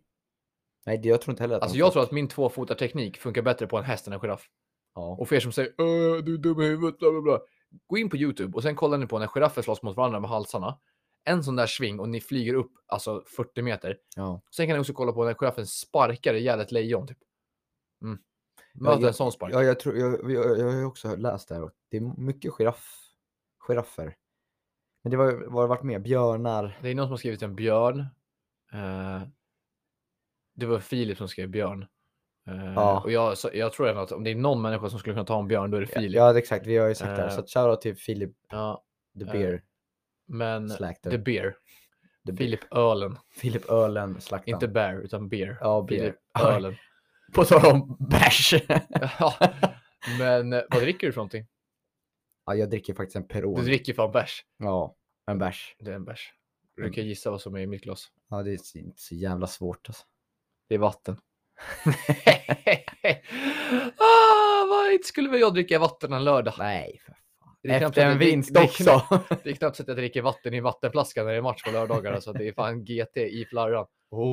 Nej, jag tror inte heller att alltså jag tror att min 2-fotarteknik funkar bättre på en häst än en giraff. Ja. Och för er som säger du är dum i huvudet, bla bla bla. Gå in på YouTube och sen kollar ni på när giraffer slåss mot varandra med halsarna. En sån där sving och ni flyger upp alltså 40 meter. Ja. Sen kan ni också kolla på när giraffen sparkar ihjäl ett lejon typ. Möter en sån spark. Ja, jag tror jag har också läst det här. Det är mycket giraffer. Men det var varit med björnar. Det är någon som har skrivit en björn. Det var Filip som skrev björn. Och jag tror att om det är någon människa som skulle kunna ta en björn, då är det Filip. Ja, exakt. Vi har ju sagt det här. Så shoutout till Filip. The Bear. Men Slakter. The Bear. Filip Ölen. Filip Ölen slaktaren. Inte Bear, utan Bear. Ja, Filip Ölen. På tal om bärs. Ja. Men vad dricker du för någonting? Ja, jag dricker faktiskt en Peroni. Du dricker fan bärs. Ja, en bärs. Det är en bärs. Du kan gissa vad som är i mitt glas. Ja, det är inte så jävla svårt alltså. Det är vatten. Vad skulle väl jag dricka vatten en lördag? Nej, för fan. Det är efter en vinst också. Det är knappt så att jag dricker vatten i vattenflaskan när det är match på lördagar. Alltså det är fan GT i flarran.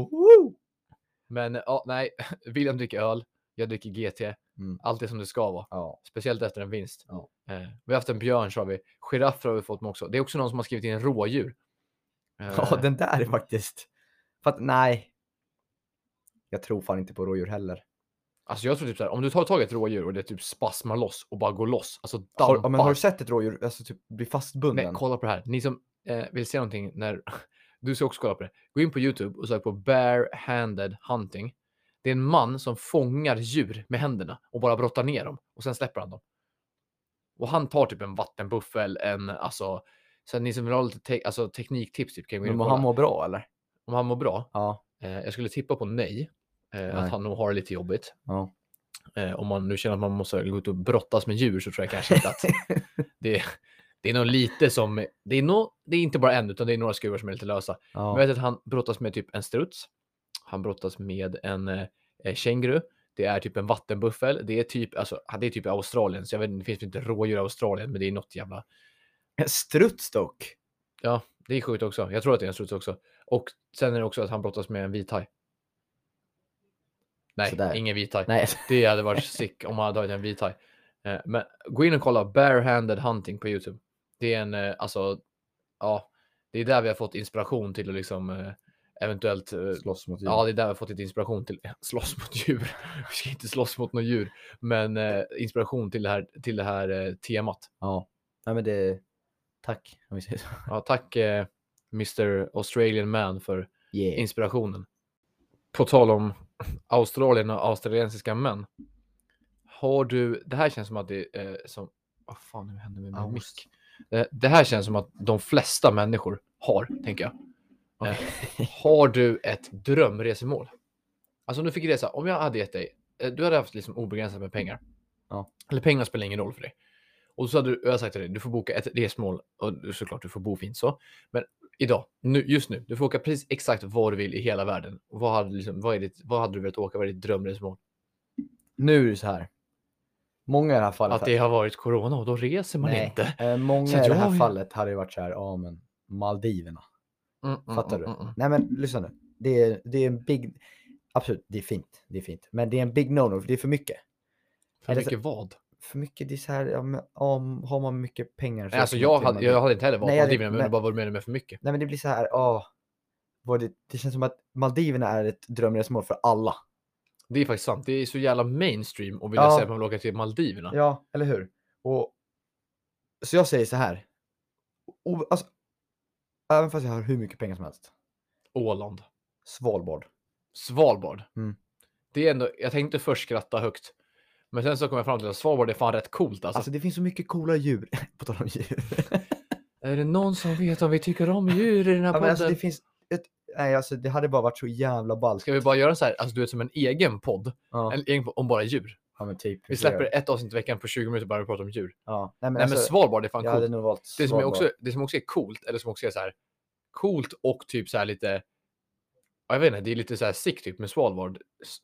Men nej, William dricker öl. Jag dricker GT. Allt är som det ska vara. Ja. Speciellt efter en vinst. Ja. Vi har haft en björn, så har vi. Giraffer har vi fått med också. Det är också någon som har skrivit in rådjur. Ja, den där är faktiskt... För att, nej. Jag tror fan inte på rådjur heller. Alltså jag tror typ såhär, om du tar tag i ett rådjur och det typ spasmar loss och bara går loss. Alltså dampar. Men har du sett ett rådjur alltså typ bli fastbunden? Nej, kolla på det här. Ni som vill se någonting när... Du ska också kolla på det. Gå in på YouTube och sök på bare-handed hunting. Det är en man som fångar djur med händerna och bara brottar ner dem. Och sen släpper han dem. Och han tar typ en vattenbuffel, alltså... Så ni som vill ha lite tekniktips typ, kan gå in och kolla. Men han mår bra eller? Om han mår bra? Ja. Jag skulle tippa på nej. Att han nog har det lite jobbigt. Ja. Om man nu känner att man måste gå ut och brottas med djur, så tror jag kanske inte att det är nog lite som... Det är inte bara en, utan det är några skruvar som är lite lösa. Ja. Jag vet att han brottas med typ en struts. Han brottas med en känguru. Det är typ en vattenbuffel. Det är typ i Australien. Så jag vet, det finns inte rådjur i Australien, men det är något jävla... En struts dock? Ja, det är sjukt också. Jag tror att det är en struts också. Och sen är det också att han brottas med en vithaj. Nej, sådär. Ingen vithaj. Nej. Det hade varit sick om han hade varit en vithaj. Men gå in och kolla bare-handed hunting på YouTube. Det är en, det är där vi har fått inspiration till att liksom eventuellt Slåss mot djur. Ja, det är där vi har fått lite inspiration till slåss mot djur. Vi ska inte slåss mot några djur, men inspiration till det här temat. Ja. Nej, men det tack om vi säger så. Ja, tack Mr. Australian Man för inspirationen. På tal om Australien och australiensiska män. Har du, det här känns som att det är som, vad fan nu händer med min mick? Det här känns som att de flesta människor har, tänker jag. Har du ett drömresemål? Alltså om du fick resa, om jag hade gett dig, du hade haft liksom obegränsat med pengar. Ja. Eller pengar spelar ingen roll för dig. Och så hade jag sagt till dig, du får boka ett resmål och såklart du får bo fint så. Men idag, just nu, du får åka precis exakt var du vill i hela världen. Och vad hade du velat åka? Vad är ditt drömresmål? Nu är det så här. Många i det här fallet. Att det har varit corona och då reser man inte. Många i det här fallet hade ju varit så här, men Maldiverna. Fattar du? Nej men lyssna nu. Det är en big, absolut, det är fint. Men det är en big no-no, för det är för mycket. För mycket vad? För mycket, det är så här, har man mycket pengar. Så alltså jag hade inte heller valt Maldiverna, men bara vad du menar med för mycket. Nej men det blir så här, det känns som att Maldiverna är ett drömresmål för alla. Det är faktiskt sant. Det är så jävla mainstream och vill säga att man vill åka till Maldiverna. Ja, eller hur? Och så jag säger så här. Alltså, även fast jag har hur mycket pengar som helst. Åland. Svalbard. Det är ändå, jag tänkte först skratta högt. Men sen så kom jag fram till att Svalbard är fan rätt coolt alltså. Alltså det finns så mycket coola djur. På tal om djur. Är det någon som vet om vi tycker om djur i den här podden? Men alltså det finns det hade bara varit så jävla ballt. Ska vi bara göra så här, alltså du vet som en egen podd. En egen podd om bara djur. Ja, men typ. Vi släpper ett avsnitt i veckan på 20 minuter bara och pratar om djur. Ja. Nej men Svalbard är fan coolt. Hade nog valt det som också är coolt, eller som också är så här coolt och typ så här lite, jag vet inte, det är lite så här sick typ med Svalbard.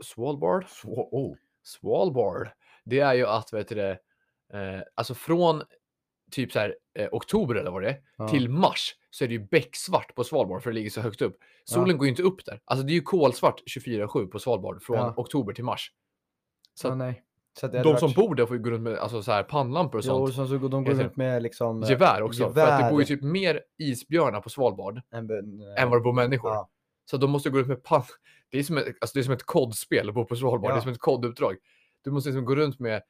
Svalbard. Det är ju att alltså från typ så här oktober eller vad det är till mars så är det ju becksvart på Svalbard för det ligger så högt upp. Solen går ju inte upp där. Alltså det är ju kolsvart 24/7 på Svalbard från oktober till mars. Så nej. Så de som bor där får ju gå runt med alltså så här pannlampor och sånt. Jo, så de går runt med liksom gevär också. För att det bor ju typ mer isbjörnar på Svalbard än vad det bor människor. Ja. Så de måste gå runt med det är som ett kodspel att bo på Svalbard. Det är som ett koduppdrag. Du måste liksom gå runt med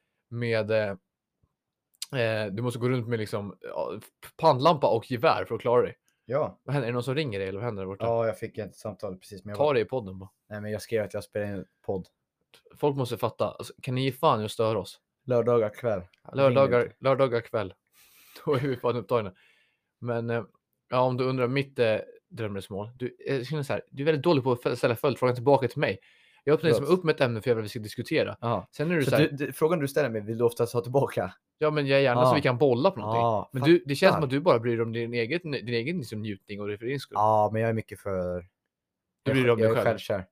du måste gå runt med liksom pannlampa och gevär för att klara dig. Ja. Vad händer? Är det någon som ringer dig eller vad händer där borta? Ja, jag fick ett samtal precis med. Ta det i podden bara. Nej, men jag skrev att jag spelar en podd. Folk måste fatta. Alltså, kan ni ge fan och störa oss? Lördagar kväll. Lördagar kväll. Då är vi fan upptagna. Men om du undrar mitt drömresmål. Jag känner så här, du är väldigt dålig på att ställa följdfrågan tillbaka till mig. Jag öppnar liksom upp med ett ämne för jag vill att vi ska diskutera. Aha. Sen är det så här, frågan du ställer mig vill du oftast ha tillbaka? Ja, men jag gärna så vi kan bolla på någonting. Men det känns som att du bara bryr dig om din egen liksom, njutning och det för din skull. Ja, men jag är mycket för... Du bryr dig om dig själv. Självkär.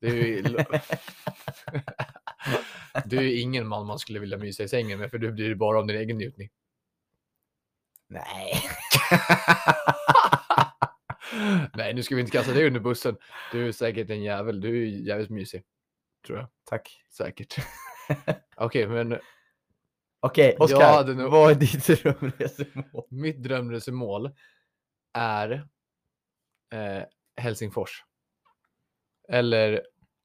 Du är ingen man skulle vilja mysa i sängen med, för du bryr dig bara om din egen njutning. Nej. Nej, nu ska vi inte kasta dig under bussen. Du är säkert en jävel. Du är jävligt mysig. Tror jag. Tack. Säkert. Okej, men... Okej, Oskar, vad är ditt drömresemål? Mitt drömresemål är Helsingfors. Eller...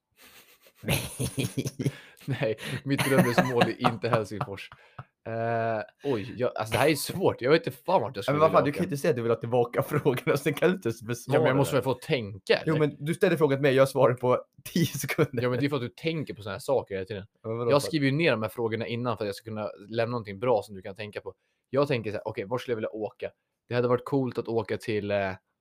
Nej, mitt drömresemål är inte Helsingfors. Alltså det här är svårt. Jag vet inte fan vart jag ska. Men vad fan, du kan inte säga att du vill ha tillbaka frågorna, sen kan du inte besvara. Ja, men jag måste väl få tänka. Eller? Jo, men du ställer frågan till mig, jag svarar på 10 sekunder. Ja, men det är för att du tänker på såna här saker hela tiden. Jag skriver ju ner de här frågorna innan för att jag ska kunna lämna någonting bra som du kan tänka på. Jag tänker så här, okej, var skulle jag vilja åka? Det hade varit coolt att åka till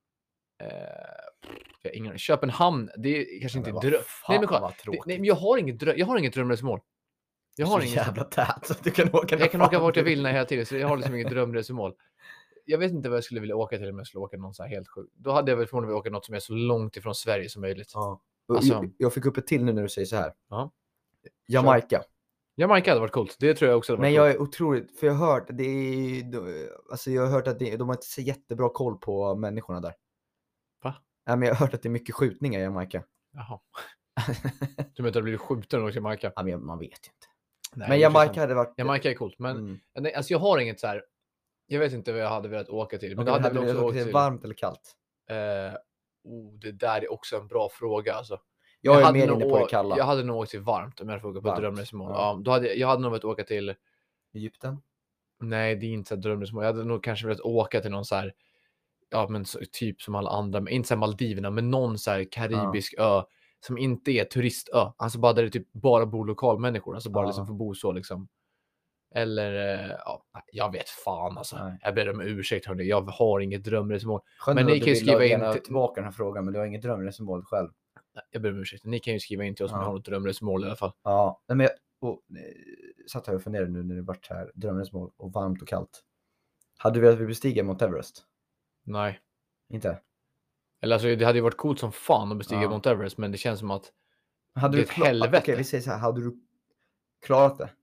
Köpenhamn. Det är kanske inte dröm. Nej, men jag har inget drömresmål. Jag har ingen jävla tät så du kan åka. Jag kan åka vart jag vill när jag hela tiden, så jag har liksom inget drömresmål. Jag vet inte vad jag skulle vilja åka till om jag skulle åka någon så här helt sjukt. Då hade jag väl förmodligen åka något som är så långt ifrån Sverige som möjligt. Ja. Alltså, jag fick upp ett till nu när du säger så här. Ja. Jamaica. Jamaica hade varit coolt. Det tror jag också hade varit coolt. Men jag är otroligt, för jag har hört jag har hört att de har inte så jättebra koll på människorna där. Va? Ja, men jag har hört att det är mycket skjutningar i Jamaica. Jaha. Du menar att det blir skjuten i Jamaica? Ja, men man vet ju inte. Nej, men Jamaica hade varit... Jamaica är coolt, men alltså jag har inget så här. Jag vet inte vad jag hade velat åka till. Men det hade också åkt till varmt eller kallt? Det där är också en bra fråga alltså. Jag är mer inne på det kalla. Jag hade nog åkt till varmt om jag hade åka på drömresmål. Ja. Ja, jag hade nog velat åka till Egypten? Nej, det är inte så drömresmål. Jag hade nog kanske velat åka till någon så här, ja men typ som alla andra, men inte så här Maldiverna, men någon så här karibisk ö som inte är turistö. Alltså bara där det typ bara bor lokalmänniskor, alltså bara liksom får bo så liksom. Eller jag vet fan alltså. Nej. Jag ber om ursäkt hörni. Jag har inget drömresmål. Men ni kan ju skriva in tillbaka den här frågan, men du har inget drömresmål själv. Jag ber om ursäkt. Ni kan ju skriva in till oss om ni har något drömresmål i alla fall. Ja, nej, men satt här och funderade nu när det varit här drömresmål och varmt och kallt. Hade du velat bestiga Mount Everest? Nej. Inte? Eller alltså det hade ju varit coolt som fan att bestiga Mount Everest, men det känns som att hade det är ett helvete. Okej, vi säger så här, hade du klarat det?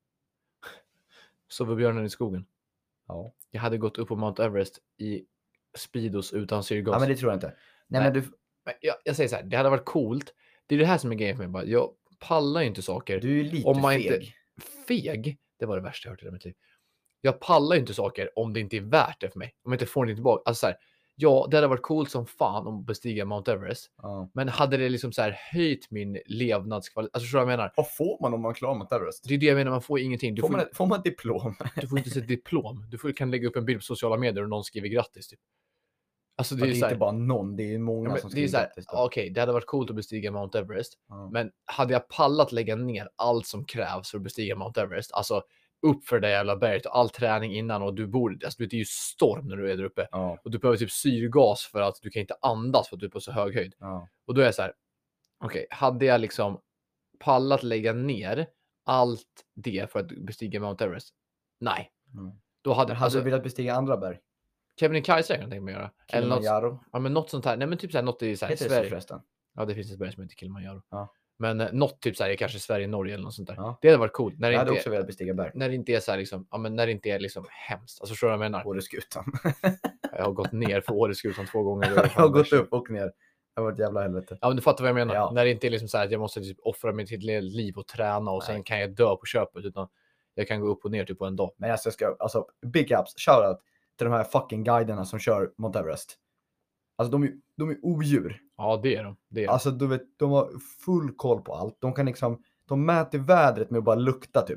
Sover björnen i skogen? Ja. Jag hade gått upp på Mount Everest i speedos utan syrgas. Ja, men det tror jag inte. Nej. Men du... jag säger så här, det hade varit coolt. Det är det här som är grejen för mig. Bara, jag pallar ju inte saker. Du är lite om man feg. Inte... Feg? Det var det värsta jag hört i mitt liv. Jag pallar ju inte saker om det inte är värt det för mig. Om jag inte får någonting tillbaka. Alltså så här, ja, det hade varit coolt som fan om bestiga Mount Everest. Ja. Men hade det liksom så här höjt min levnadskvalitet. Alltså så jag menar. Vad får man om man klarar Mount Everest? Det är det jag menar, man får ingenting. Får man diplom? Du får inte se ett diplom. Kan lägga upp en bild på sociala medier och någon skriver grattis typ. Alltså det är inte bara någon, det är många som skriver grattis. Okej, det hade varit coolt att bestiga Mount Everest. Men hade jag pallat lägga ner allt som krävs för att bestiga Mount Everest, alltså upp för det jävla berget och all träning innan, och du bor, alltså det är ju storm när du är där uppe. Och du behöver typ syrgas för att du kan inte andas för att du är på så hög höjd. Och då är jag så här, okej, hade jag liksom pallat lägga ner allt det för att bestiga Mount Everest? Nej. Då hade du velat bestiga andra berg? Kebnekaise kan jag tänka mig göra. Kilimanjaro? Eller något, ja, men något sånt här. Nej, men typ så här, något i så här, heter Sverige. Det så förresten? Ja, det finns ett berg som heter Kilimanjaro. Ja. Men något typ så här, kanske Sverige, Norge eller något sånt där. Ja. Det hade varit coolt. När det jag hade inte också velat bestiga berg. När det inte är så här liksom, ja, men när det inte är liksom hemskt. Alltså förstår du vad jag menar? Åreskutan. Jag har gått ner för Åreskutan 2 gånger. Jag har gått upp och ner. Det har varit jävla helvete. Ja, men du fattar vad jag menar. Ja. När det inte är liksom så här att jag måste typ offra mig till liv och träna och sen kan jag dö på köpet, utan jag kan gå upp och ner typ på en dag. Men alltså big ups, shoutout till de här fucking guiderna som kör Mount Everest. Alltså de är odjur. Ja, det är de. Alltså du vet, de har full koll på allt. De kan liksom, de mäter vädret med att bara lukta typ.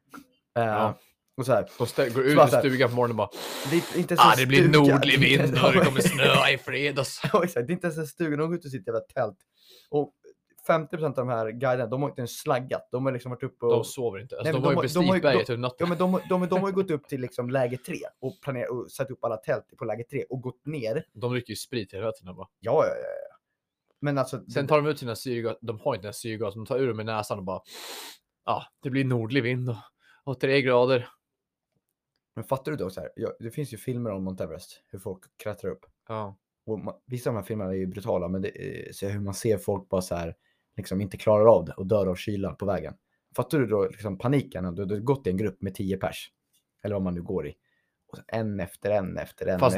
Och så här. De går ut i stugan på morgonen och bara det blir nordlig vind och det kommer snöa i fredags. Ja, exakt. Det är inte ens en stuga, de går ut och sitter i ett tält. Och 50% av de här guiderna, de har inte ens slaggat. De har liksom varit uppe och... De sover inte. Alltså, de har ju bestigit berget under natten. Ja, men de har ju gått upp till liksom läge 3 och planerat och satt upp alla tält på läge 3 och gått ner. De rycker ju sprit hela tiden bara. Ja. Men alltså... Sen tar de ut sina syrgas. De har inte en syrgas. De tar ur dem i näsan och bara... det blir nordlig vind och 3 grader. Men fattar du då så här? Det finns ju filmer om Mount Everest. Hur folk klättrar upp. Ja. Och vissa av de här filmerna är ju brutala. Men det är så hur man ser folk bara så här... liksom inte klarar av det och dör av kyla på vägen. Fattar du då liksom paniken? Du har gått i en grupp med 10 pers. Eller vad man nu går i. Och en efter en. Fast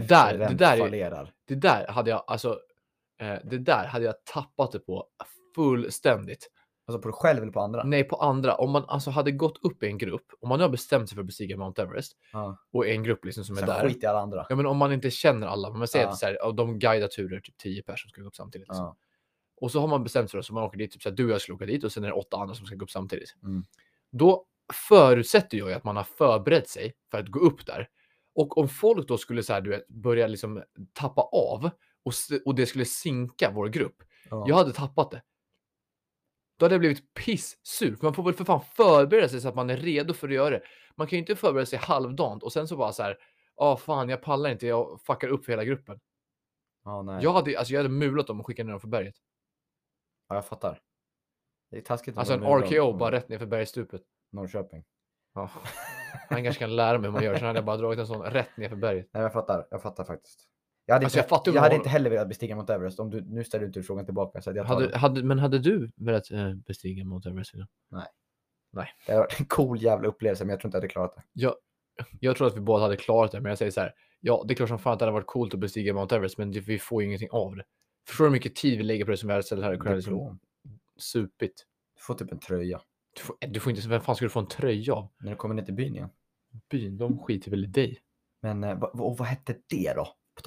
det där hade jag alltså... det där hade jag tappat det på fullständigt. Alltså på dig själv eller på andra? Nej, på andra. Om man alltså hade gått upp i en grupp, om man nu har bestämt sig för att bestiga Mount Everest och en grupp liksom som är där. Skit i alla andra. Ja, men om man inte känner alla, man säger att så här, de guidar turer typ 10 personer som ska gå upp samtidigt. Liksom. Och så har man bestämt sig för att man åker dit, typ så här, du och jag ska åka dit och sen är det 8 andra som ska gå upp samtidigt. Då förutsätter jag att man har förberett sig för att gå upp där. Och om folk då skulle så här, du vet, börja liksom tappa av och det skulle sinka vår grupp. Jag hade tappat det. Då hade jag blivit pissur. För man får väl för fan förbereda sig så att man är redo för att göra det. Man kan ju inte förbereda sig halvdant och sen så bara så här, fan jag pallar inte, jag fuckar upp för hela gruppen. Nej. Jag hade mulat dem och skickat ner dem för berget. Ja, jag fattar. Det är taskigt. Alltså en RKO bara rätt ner för bergstupet. Norrköping. Ja. Han kanske kan lära mig hur man gör, så hade jag bara dragit en sån rätt ner för berget. Nej, jag fattar faktiskt. Jag hade inte heller velat bestiga Mount Everest. Om du nu ställer inte frågan tillbaka så hade du velat bestiga Mount Everest? Nej. Det har varit en cool jävla upplevelse, men jag tror inte att jag hade klarat det. Jag tror att vi båda hade klarat det, men jag säger så här. Ja, det är klart som fan att det hade varit coolt att bestiga Mount Everest, men vi får ju ingenting av det. Förstår du hur mycket tid vi lägger på det som vi hade ställt här? Liksom supigt. Du får typ en tröja. Du får inte, vem fan ska du få en tröja av? När du kommer ner till byn igen. Byn, de skiter väl i dig. Men vad hette det då? På tal om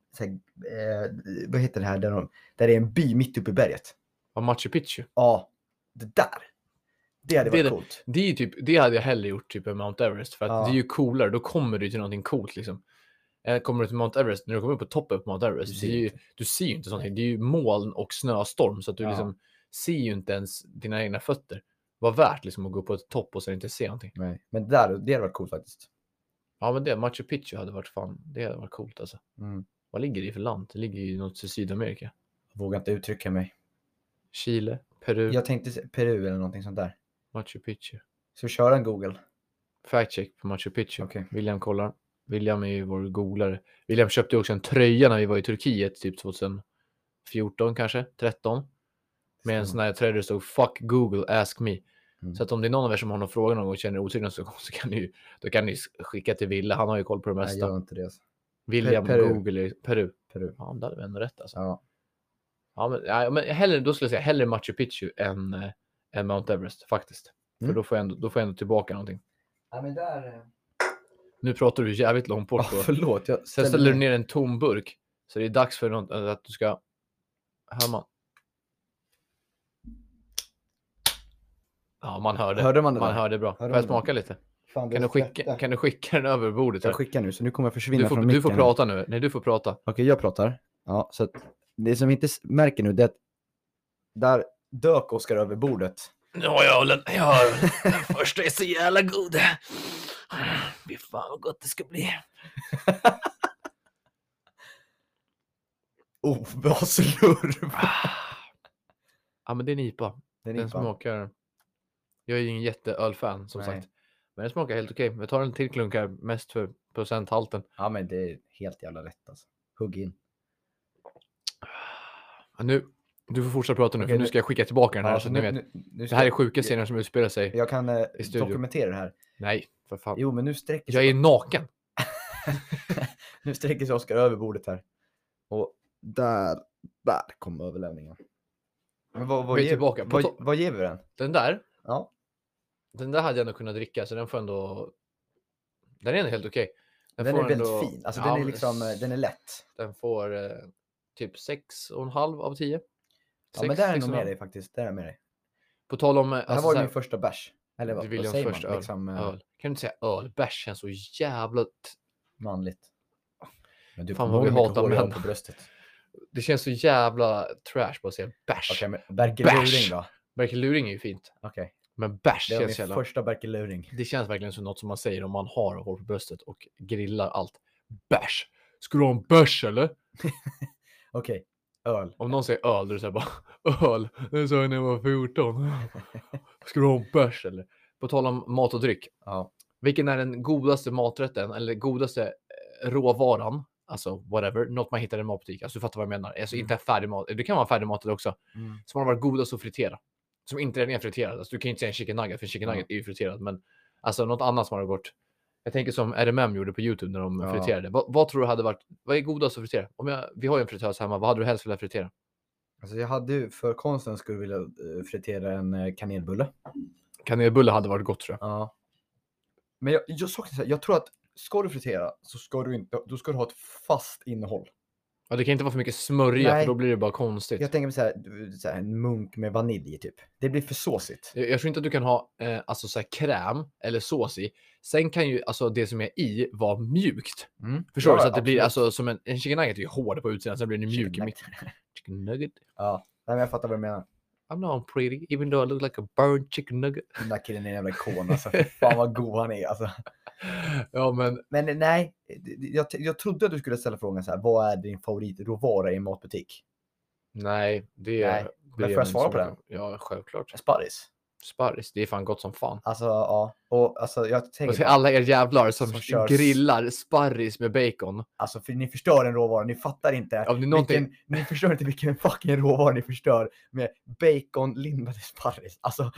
så här, vad heter det här där det är en by mitt uppe i berget. Ja, Machu Picchu. Ja, det hade varit coolt. Det är ju typ, det hade jag hellre gjort typ än Mount Everest, för att det är ju coolare, då kommer du till någonting coolt liksom. Kommer du till Mount Everest, när du kommer upp på toppen på Mount Everest, du ser ju inte sånt. Det är ju moln och snöstorm, så att du liksom ser ju inte ens dina egna fötter. Vad värt liksom att gå på ett topp och sen inte se någonting. Nej, men det hade varit coolt faktiskt. Ja, men det, Machu Picchu hade varit det hade varit coolt alltså. Vad ligger det i för land? Det ligger ju något i Sydamerika. Jag vågar inte uttrycka mig. Chile, Peru. Jag tänkte Peru eller någonting sånt där. Machu Picchu. Så kör en Google. Fact check på Machu Picchu. Okay. William kollar. William är ju vår googlare. William köpte också en tröja när vi var i Turkiet typ 2014 kanske, 13. Med en sån här tröja där det stod Fuck Google, ask me. Så att om det är någon av er som har någon fråga någon gång och känner otrygg så kan ni skicka till Wille. Han har ju koll på det mesta. Nej, gör inte det alltså. William Google Peru. Ja, det hade vi ändå rätt alltså. Ja. Men hellre, då skulle jag säga hellre Machu Picchu än Mount Everest faktiskt. För då får jag ändå tillbaka någonting. Ja, men där... Nu pratar du jävligt långt bort. Förlåt. Sen ställer du ner en tom burk. Så det är dags för något, att du ska... Hör man? Ja, man hör det. Hörde man det? Man hör det bra. Får jag smaka lite? Fan, kan du skicka den över bordet? Jag skickar nu, så nu kommer jag försvinna från micken. Du får prata nu. Nej, du får prata. Okej, jag pratar. Ja, så att det som inte märker nu, det är att där dök Oskar över bordet. Ja, den första är så jävla god. Fy fan vad gott det ska bli. Vad slurv. Ja, men det är en IPA. Den smakar... Jag är ju ingen jätteölfan som sagt. Men den smakar helt okej. Jag tar en till klunk här, mest för procenthalten. Ja, men det är helt jävla rätt alltså. Hugg in. Ja, nu, du får fortsätta prata nu, för nu ska jag skicka tillbaka den här. Så ni vet. Det här är sjuka scener som utspelar sig. Jag kan dokumentera det här. Nej, för fan. Jo, men nu sträcker sig... Jag är naken. Nu sträcker sig Oskar över bordet här. Och där kommer överlämningen. Men vad ger vi den? Den där? Ja. Den där hade jag nog kunnat dricka, så den får ändå... Den är ändå helt okej. Den är väldigt fin. Alltså den är liksom, den är lätt. Den får typ 6,5 av 10. Ja, men där är nog med dig faktiskt. Där är med dig. På tal om... Det här var min första bärs. Eller vad säger man? Öl. Liksom, öl. Kan du inte säga öl? Bärs känns så jävla... manligt. Men du fan vad vi hatar män på bröstet. Det känns så jävla trash på att säga bärs. Okej, men Berkeluring då? Berkeluring är ju fint. Okej. Men bärs det känns jävla... första Berkeluring. Det känns verkligen som något som man säger om man har hår på bröstet och grillar allt. Bärs. Ska du ha en bärs eller? Okej. Öl. Om någon säger öl, då är det så här bara öl. Det sa jag när jag var 14. Ska du ha en bärs eller? På tal om mat och dryck. Ja. Vilken är den godaste maträtten eller godaste råvaran? Alltså whatever, något man hittar i en matbutik. Alltså du fattar vad jag menar. Alltså inte en färdig mat. Det kan vara färdig mat också. Som har varit godast att fritera. Som inte redan är friterad. Alltså du kan inte säga en chicken nugget, för chicken nugget är ju friterad. Men alltså något annat som har gått. Jag tänker som RMM gjorde på YouTube när de friterade. Vad tror du hade varit, vad är godast att fritera? Vi har ju en fritös hemma, vad hade du helst velat fritera? Alltså jag hade ju för konsten skulle vilja fritera en kanelbulle. Kanelbulle hade varit gott tror jag. Ja. Men jag tror att ska du fritera så ska du ha ett fast innehåll. Ja, det kan inte vara för mycket smörja. Nej. För då blir det bara konstigt. Jag tänker mig så här, en munk med vanilj typ. Det blir för såsigt. Jag tror inte att du kan ha alltså så här kräm eller sås i. Sen kan ju alltså det som är i vara mjukt. Förstår du? Så att det blir alltså som en chicken nugget är ju hård på utsidan, sen blir den mjuk i mitten. Chicken nugget. Ja, men jag fattar vad du menar. I'm not pretty, even though I look like a burned chicken nugget. Den där killen är en jävla ikon alltså. Fan vad god han är alltså. Ja, men nej, jag trodde att du skulle ställa frågan så här: vad är din favoritråvara i en matbutik? Nej, men får jag svara på den? Ja, självklart. Sparris, det är fan gott som fan. Alltså, ja. Och alltså, jag tänker på alla er jävlar som grillar sparris med bacon. Alltså, för ni förstör en råvara, ni fattar inte. Ja, ni förstår inte vilken fucking råvara ni förstör med bacon lindade sparris. Alltså,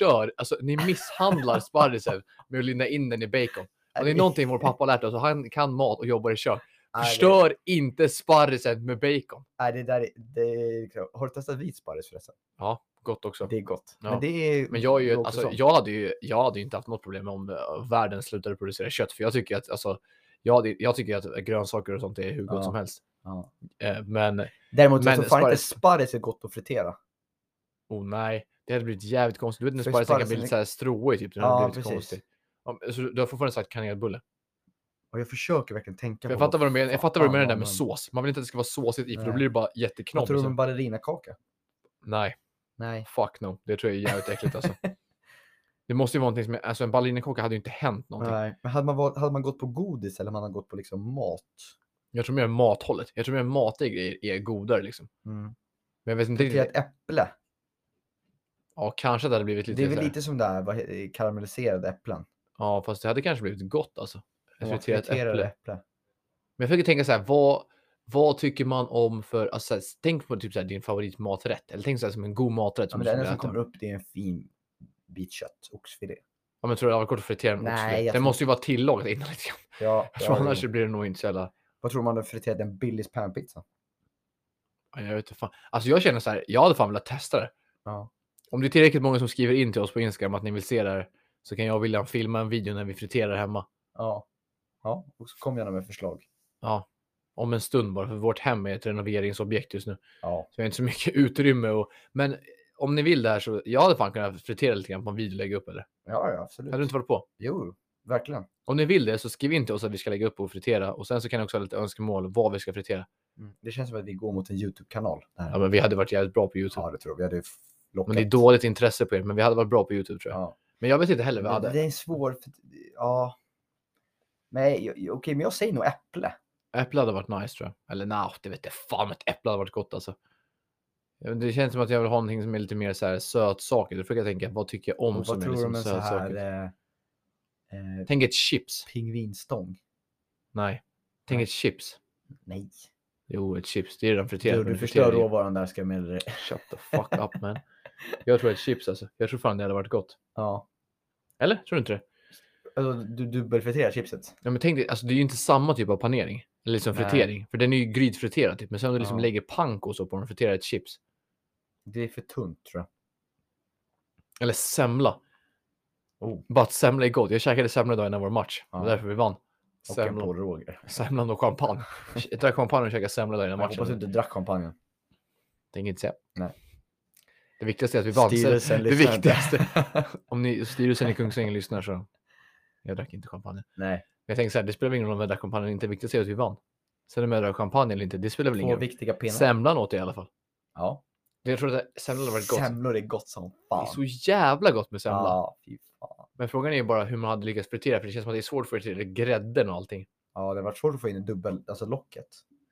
ni misshandlar sparrisen med att linda in den i bacon. Och det är någonting vår pappa lärt oss, och han kan mat och jobbar i kök. Förstör inte sparrisen med bacon. Nej, det är har du testat vit sparris förresten? Ja, gott också. Det är gott. Ja. Men jag hade ju inte haft något problem om världen slutade producera kött, för jag tycker att alltså, jag tycker att grönsaker och sånt är hur gott som helst. Ja. Men Däremot men jag tror fan inte sparris är gott att fritera. Nej, det hade blivit jävligt konstigt. Du vet när För sparrisen kan bli sparrisen lite så här stråig typ. Det Ja, hade blivit precis. konstigt. Så du har fortfarande sagt kanelbulle. Och jag försöker verkligen tänka För på jag fattar vad du menar. Jag fattar vad du menar där med men- sås. Man vill inte att det ska vara såsigt i, för då Nej. blir det bara Vad jätteknobbigt. tror du om en ballerinakaka? Nej, Nej. fuck no. Det tror jag är jävligt äckligt alltså. Det måste ju vara någonting som alltså en ballerinakaka hade ju inte hänt någonting. Nej. Men hade man gått på godis eller man hade gått på liksom mat? Jag tror mer mathållet. Jag tror mer matiga grejer är godare liksom. Men jag vet inte Friterat äpple. Ja, kanske det hade blivit lite Det är väl så här- lite som där karamelliserade äpplen. Ja, fast det hade kanske blivit gott alltså. Ett friterat Friterade äpple. Men jag försöker tänka så här, vad tycker man om för, alltså, så här, tänk på typ så här, din favoritmaträtt. Eller tänk så här, som en god maträtt Ja, som men du det enda skulle som äta. kommer upp det är en fin bit kött, oxfilé. Ja, men tror du det hade varit gott att fritera en Nej, oxfilé? jag Den tror- måste ju vara tillagad innan lite grann. Ja, Jag tror annars så blir det nog inte så jävla... Vad tror du om man hade friterat en Billys panpizza? Ja, jag vet inte fan. Alltså jag känner så här, jag hade fan velat testa det. Ja. Om det är tillräckligt många som skriver in till oss på Instagram att ni vill se det här, så kan jag och William filma en video när vi friterar hemma. Ja. Ja, och så kom gärna med förslag. Ja, om en stund bara, för vårt hem är ett renoveringsobjekt just nu. Ja. Så jag har inte så mycket utrymme. Men om ni vill det här så, jag hade fan kunnat fritera lite grann på en video och lägga upp eller? Ja, absolut. Hade du inte varit på? Jo, verkligen. Om ni vill det så skriv in till oss att vi ska lägga upp och fritera. Och sen så kan ni också ha lite önskemål vad vi ska fritera. Det känns som att vi går mot en YouTube-kanal. Ja, men vi hade varit jävligt bra på YouTube. Ja, det tror jag. Vi hade lockat. Men det är dåligt intresse på er. Men vi hade varit bra på YouTube tror jag. Ja. Men jag vet inte heller vad jag Men hade. det är svår. Ja. Nej, okej, men jag säger nog äpple. Äpple hade varit nice tror jag. Eller nej, det vet jag fan. Ett äpple hade varit gott alltså. Det känns som att jag vill ha någonting som är lite mer så här sötsaker. Då försöker jag tänka, vad tycker jag om Och som vad är tror du liksom om en så sötsaker? här Tänk ett chips. pingvinstång? Nej. Tänk Nej. ett chips. Nej. Jo, ett chips. Det är redan friterat. Du men förstör friterar ju. råvaran där, ska jag med dig. Shut the fuck up man. Jag tror ett chips alltså. Jag tror fan det hade varit gott. Ja. Eller? Tror du inte det? Alltså, du dubbelfriterar chipset. Ja, men tänk dig, alltså det är ju inte samma typ av panering. Eller liksom Nej. fritering. För den är ju grytfriterad typ. Men sen om du liksom Ja. lägger panko så på den och friterar ett chips. Det är för tunt, tror jag. Eller semla. Oh. Bara att semla är gott. Jag käkade semla idag innan vår match. Det var Ja. därför vi vann. Och en Paul Roger. Semlan och champagne. Jag drack champagne och käkade semla idag innan Jag hoppas du matchen. inte drack champagnen. Tänker inte säga. Nej. Det viktigaste är att vi vann. Styrelsen Det lyssnar inte. viktigaste. Om ni styrelsen i Kungsängen lyssnar så. Jag drack inte champagne. Nej. Men jag tänker så här, det spelar ingen roll om jag drack champagne. Inte viktigt är att vi vann. Sen om jag drack champagne eller inte, det spelar väl ingen Två roll. viktiga pinnar. Semlan åt det i alla fall. Ja. Jag tror att semlan har varit gott. Semlor är gott som Det fan. är så jävla gott med semla. Ja, fy fan. Men frågan är ju bara hur man hade lyckats fritera. För det känns som att det är svårt att fritera grädden och allting. Ja, det har varit svårt att få in alltså locket.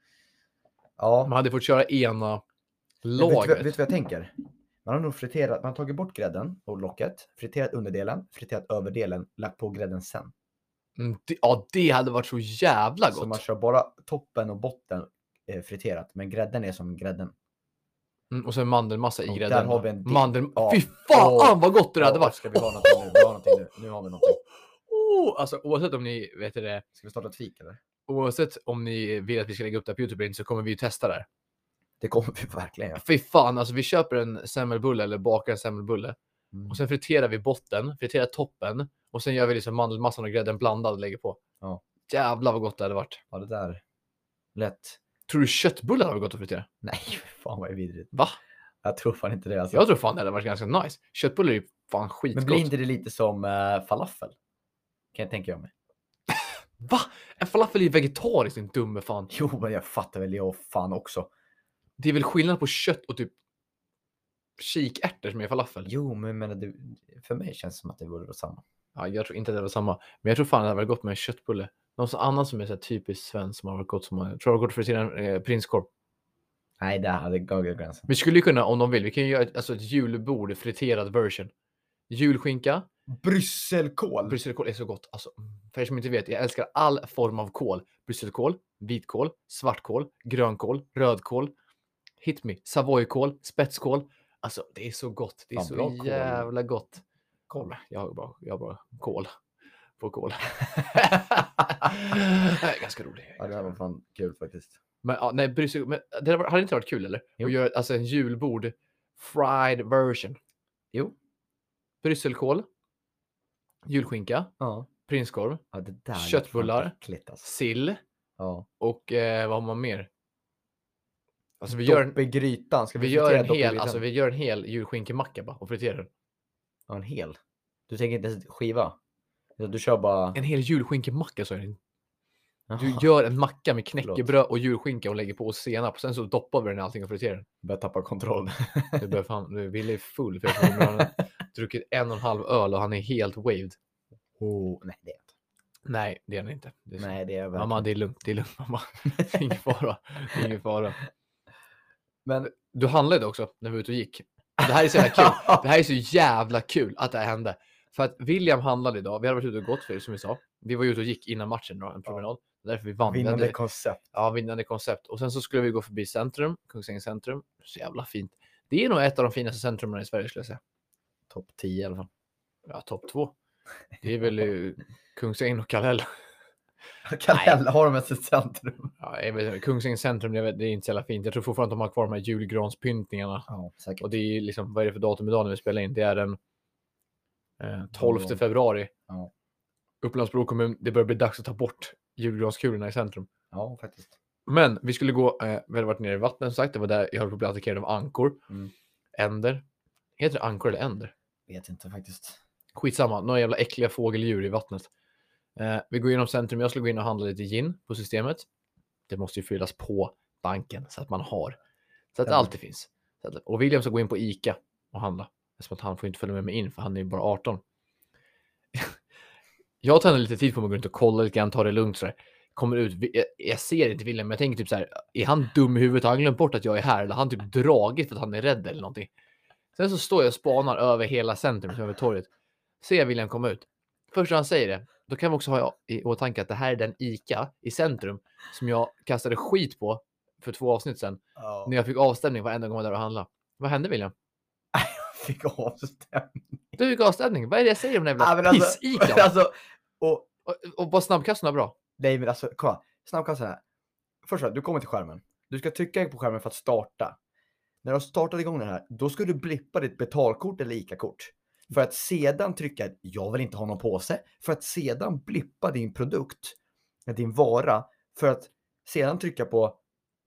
Ja. Man hade fått köra ena Men laget. vet du vad jag tänker? Man har nog friterat, man har tagit bort grädden och locket, friterat underdelen, friterat överdelen, lagt på grädden sen. Ja, det hade varit så jävla gott. Så man kör bara toppen och botten friterat, men grädden är som grädden. Och sen mandelmassa i Och grädden. där har vi en dipp. Mandel... Ja. Fy fan vad gott det hade varit. Ska vi ha någonting nu? Vi har någonting nu. Nu har vi någonting. Alltså oavsett om ni vet det. Ska vi starta ett fik eller? Oavsett om ni vill att vi ska lägga upp det på YouTube eller inte, så kommer vi ju testa det här. Det kommer vi verkligen göra. Fy fan, alltså vi köper en semmelbulle eller bakar en semmelbulle. Och sen friterar vi botten, friterar toppen. Och sen gör vi liksom mandelmassan och grädden blandad och lägger på. Ja. Jävlar vad gott det hade varit. Ja, det där. Lätt. Tror du köttbullar hade varit gott att fritera? Nej, fan vad är vidrigt. Va? Jag tror fan inte det alltså. Jag tror fan det hade varit ganska nice. Köttbullar är ju fan skitgott. Men blir inte det lite som falafel? Kan jag tänka mig. Va? En falafel är ju vegetariskt, din dumme fan. Jo, men jag fattar väl jag fan också. Det är väl skillnad på kött och typ kikärtor som är falafel. Jo, men jag menar, för mig känns det som att det vore samma. Ja, jag tror inte att det var samma. Men jag tror fan det hade varit gott med en köttbulle. Något annat som är så här typiskt svenskt som har varit gott som jag tror det har gått för fritera en prinskorv. Nej, det hade gagat gränsen. Vi skulle ju kunna, om de vill, vi kan ju göra ett julbord friterad version. Julskinka. Brysselkål. Brysselkål är så gott. Alltså, för er som inte vet, jag älskar all form av kål. Brysselkål, vitkål, svartkål, grönkål, rödkål, hit me, savoykål, spetskål. Alltså, det är så gott. Det är Fan, bra så kål. jävla gott. Kål. Jag har bara kål. På kål. Det är ganska roligt. Ja, det här var fan kul faktiskt. Men, ja, nej, men det hade inte varit kul eller? Jo. Att göra alltså en julbord fried version. Jo. Brysselkål, julskinka, Ja. prinskorv, Ja, det där lät köttbullar, fan äckligt, alltså. sill Ja. och vad har man mer? Alltså vi gör Dopp i grytan. Ska vi vi gör fritera en dopp i hel, grytan? alltså vi gör en hel julskinkemacka bara och friterar den. Ja, en hel. Du tänker inte ens skiva? Du kör bara... En hel julskinkemacka, så är det. Du Jaha, gör en macka med knäckebröd och julskinka och lägger på senap. Sen så doppar vi den i allting och friterar den. börjar tappa kontroll. Det börjar fan, nu Wille är full för jag tror han har druckit 1,5 öl och han är helt waved. Nej, det är inte. Nej, det är han inte. Det är så. Nej, det är verkligen. Mamma, det är lugnt mamma. Det är ingen fara. Det är ingen fara. Men Du handlade också när vi var ute och gick. Det här är så jävla kul. Det här är så jävla kul att det här hände. För att William handlade idag. Vi hade varit ute och gått för det, som vi sa. Vi var ute och gick innan matchen då, en promenad. Därför vi vann. vinnande koncept. Ja, vinnande koncept. Och sen så skulle vi gå förbi centrum, Kungsängens centrum. Så jävla fint. Det är nog ett av de finaste centrumen i Sverige, skulle jag säga. Topp 10 i alla fall. Ja, topp 2. Det är väl Kungsängen och Kallhäll. Kallhäll har de ett centrum. Ja, jag vet, Kungsängens centrum, det är inte så jävla fint. Jag tror fortfarande att de har kvar de här julgranspyntningarna. Ja, säkert. Och det är liksom, vad är det för datum idag när vi spelar in? Det är den 12 februari. Ja. Upplands-Bro kommun, det börjar bli dags att ta bort julgranskulorna i centrum. Ja, faktiskt. Men vi skulle gå, vi hade varit nere i vattnet som sagt. Det var där jag höll på att bli attackerad av ankor. Änder. Heter det ankor eller änder? Vet inte faktiskt. Skitsamma, några jävla äckliga fågeldjur i vattnet. Vi går igenom centrum, jag skulle gå in och handla lite gin på systemet. Det måste ju fyllas på banken så att man har. Så att det alltid finns. Och William ska gå in på ICA och handla. Eftersom att han får inte följa med mig in för han är ju bara 18. Jag tar lite tid på mig att gå runt och kolla lite grann, ta det lugnt sådär. Kommer ut, jag ser inte William, men jag tänker typ så här: är han dum i huvudet? Har han glömt bort att jag är här? Eller har han typ dragit för att han är rädd eller någonting? Sen så står jag och spanar över hela centrum, över torget. Ser jag William komma ut. Först när han säger det, då kan vi också ha i åtanke att det här är den ICA i centrum som jag kastade skit på för 2 avsnitt sedan. När jag fick avstämning varenda gång jag var där och handla. Vad hände, William? Fick avstämning. Du fick avstämning. Vad är det jag säger om den jävla piss-ICA? Alltså, och var snabbkassorna bra? Nej, men alltså, kolla. Snabbkassan här. Först du kommer till skärmen. Du ska trycka på skärmen för att starta. När du har startat igång den här, då ska du blippa ditt betalkort eller ICA-kort. För att sedan trycka, jag vill inte ha någon påse. För att sedan blippa din produkt, din vara. För att sedan trycka på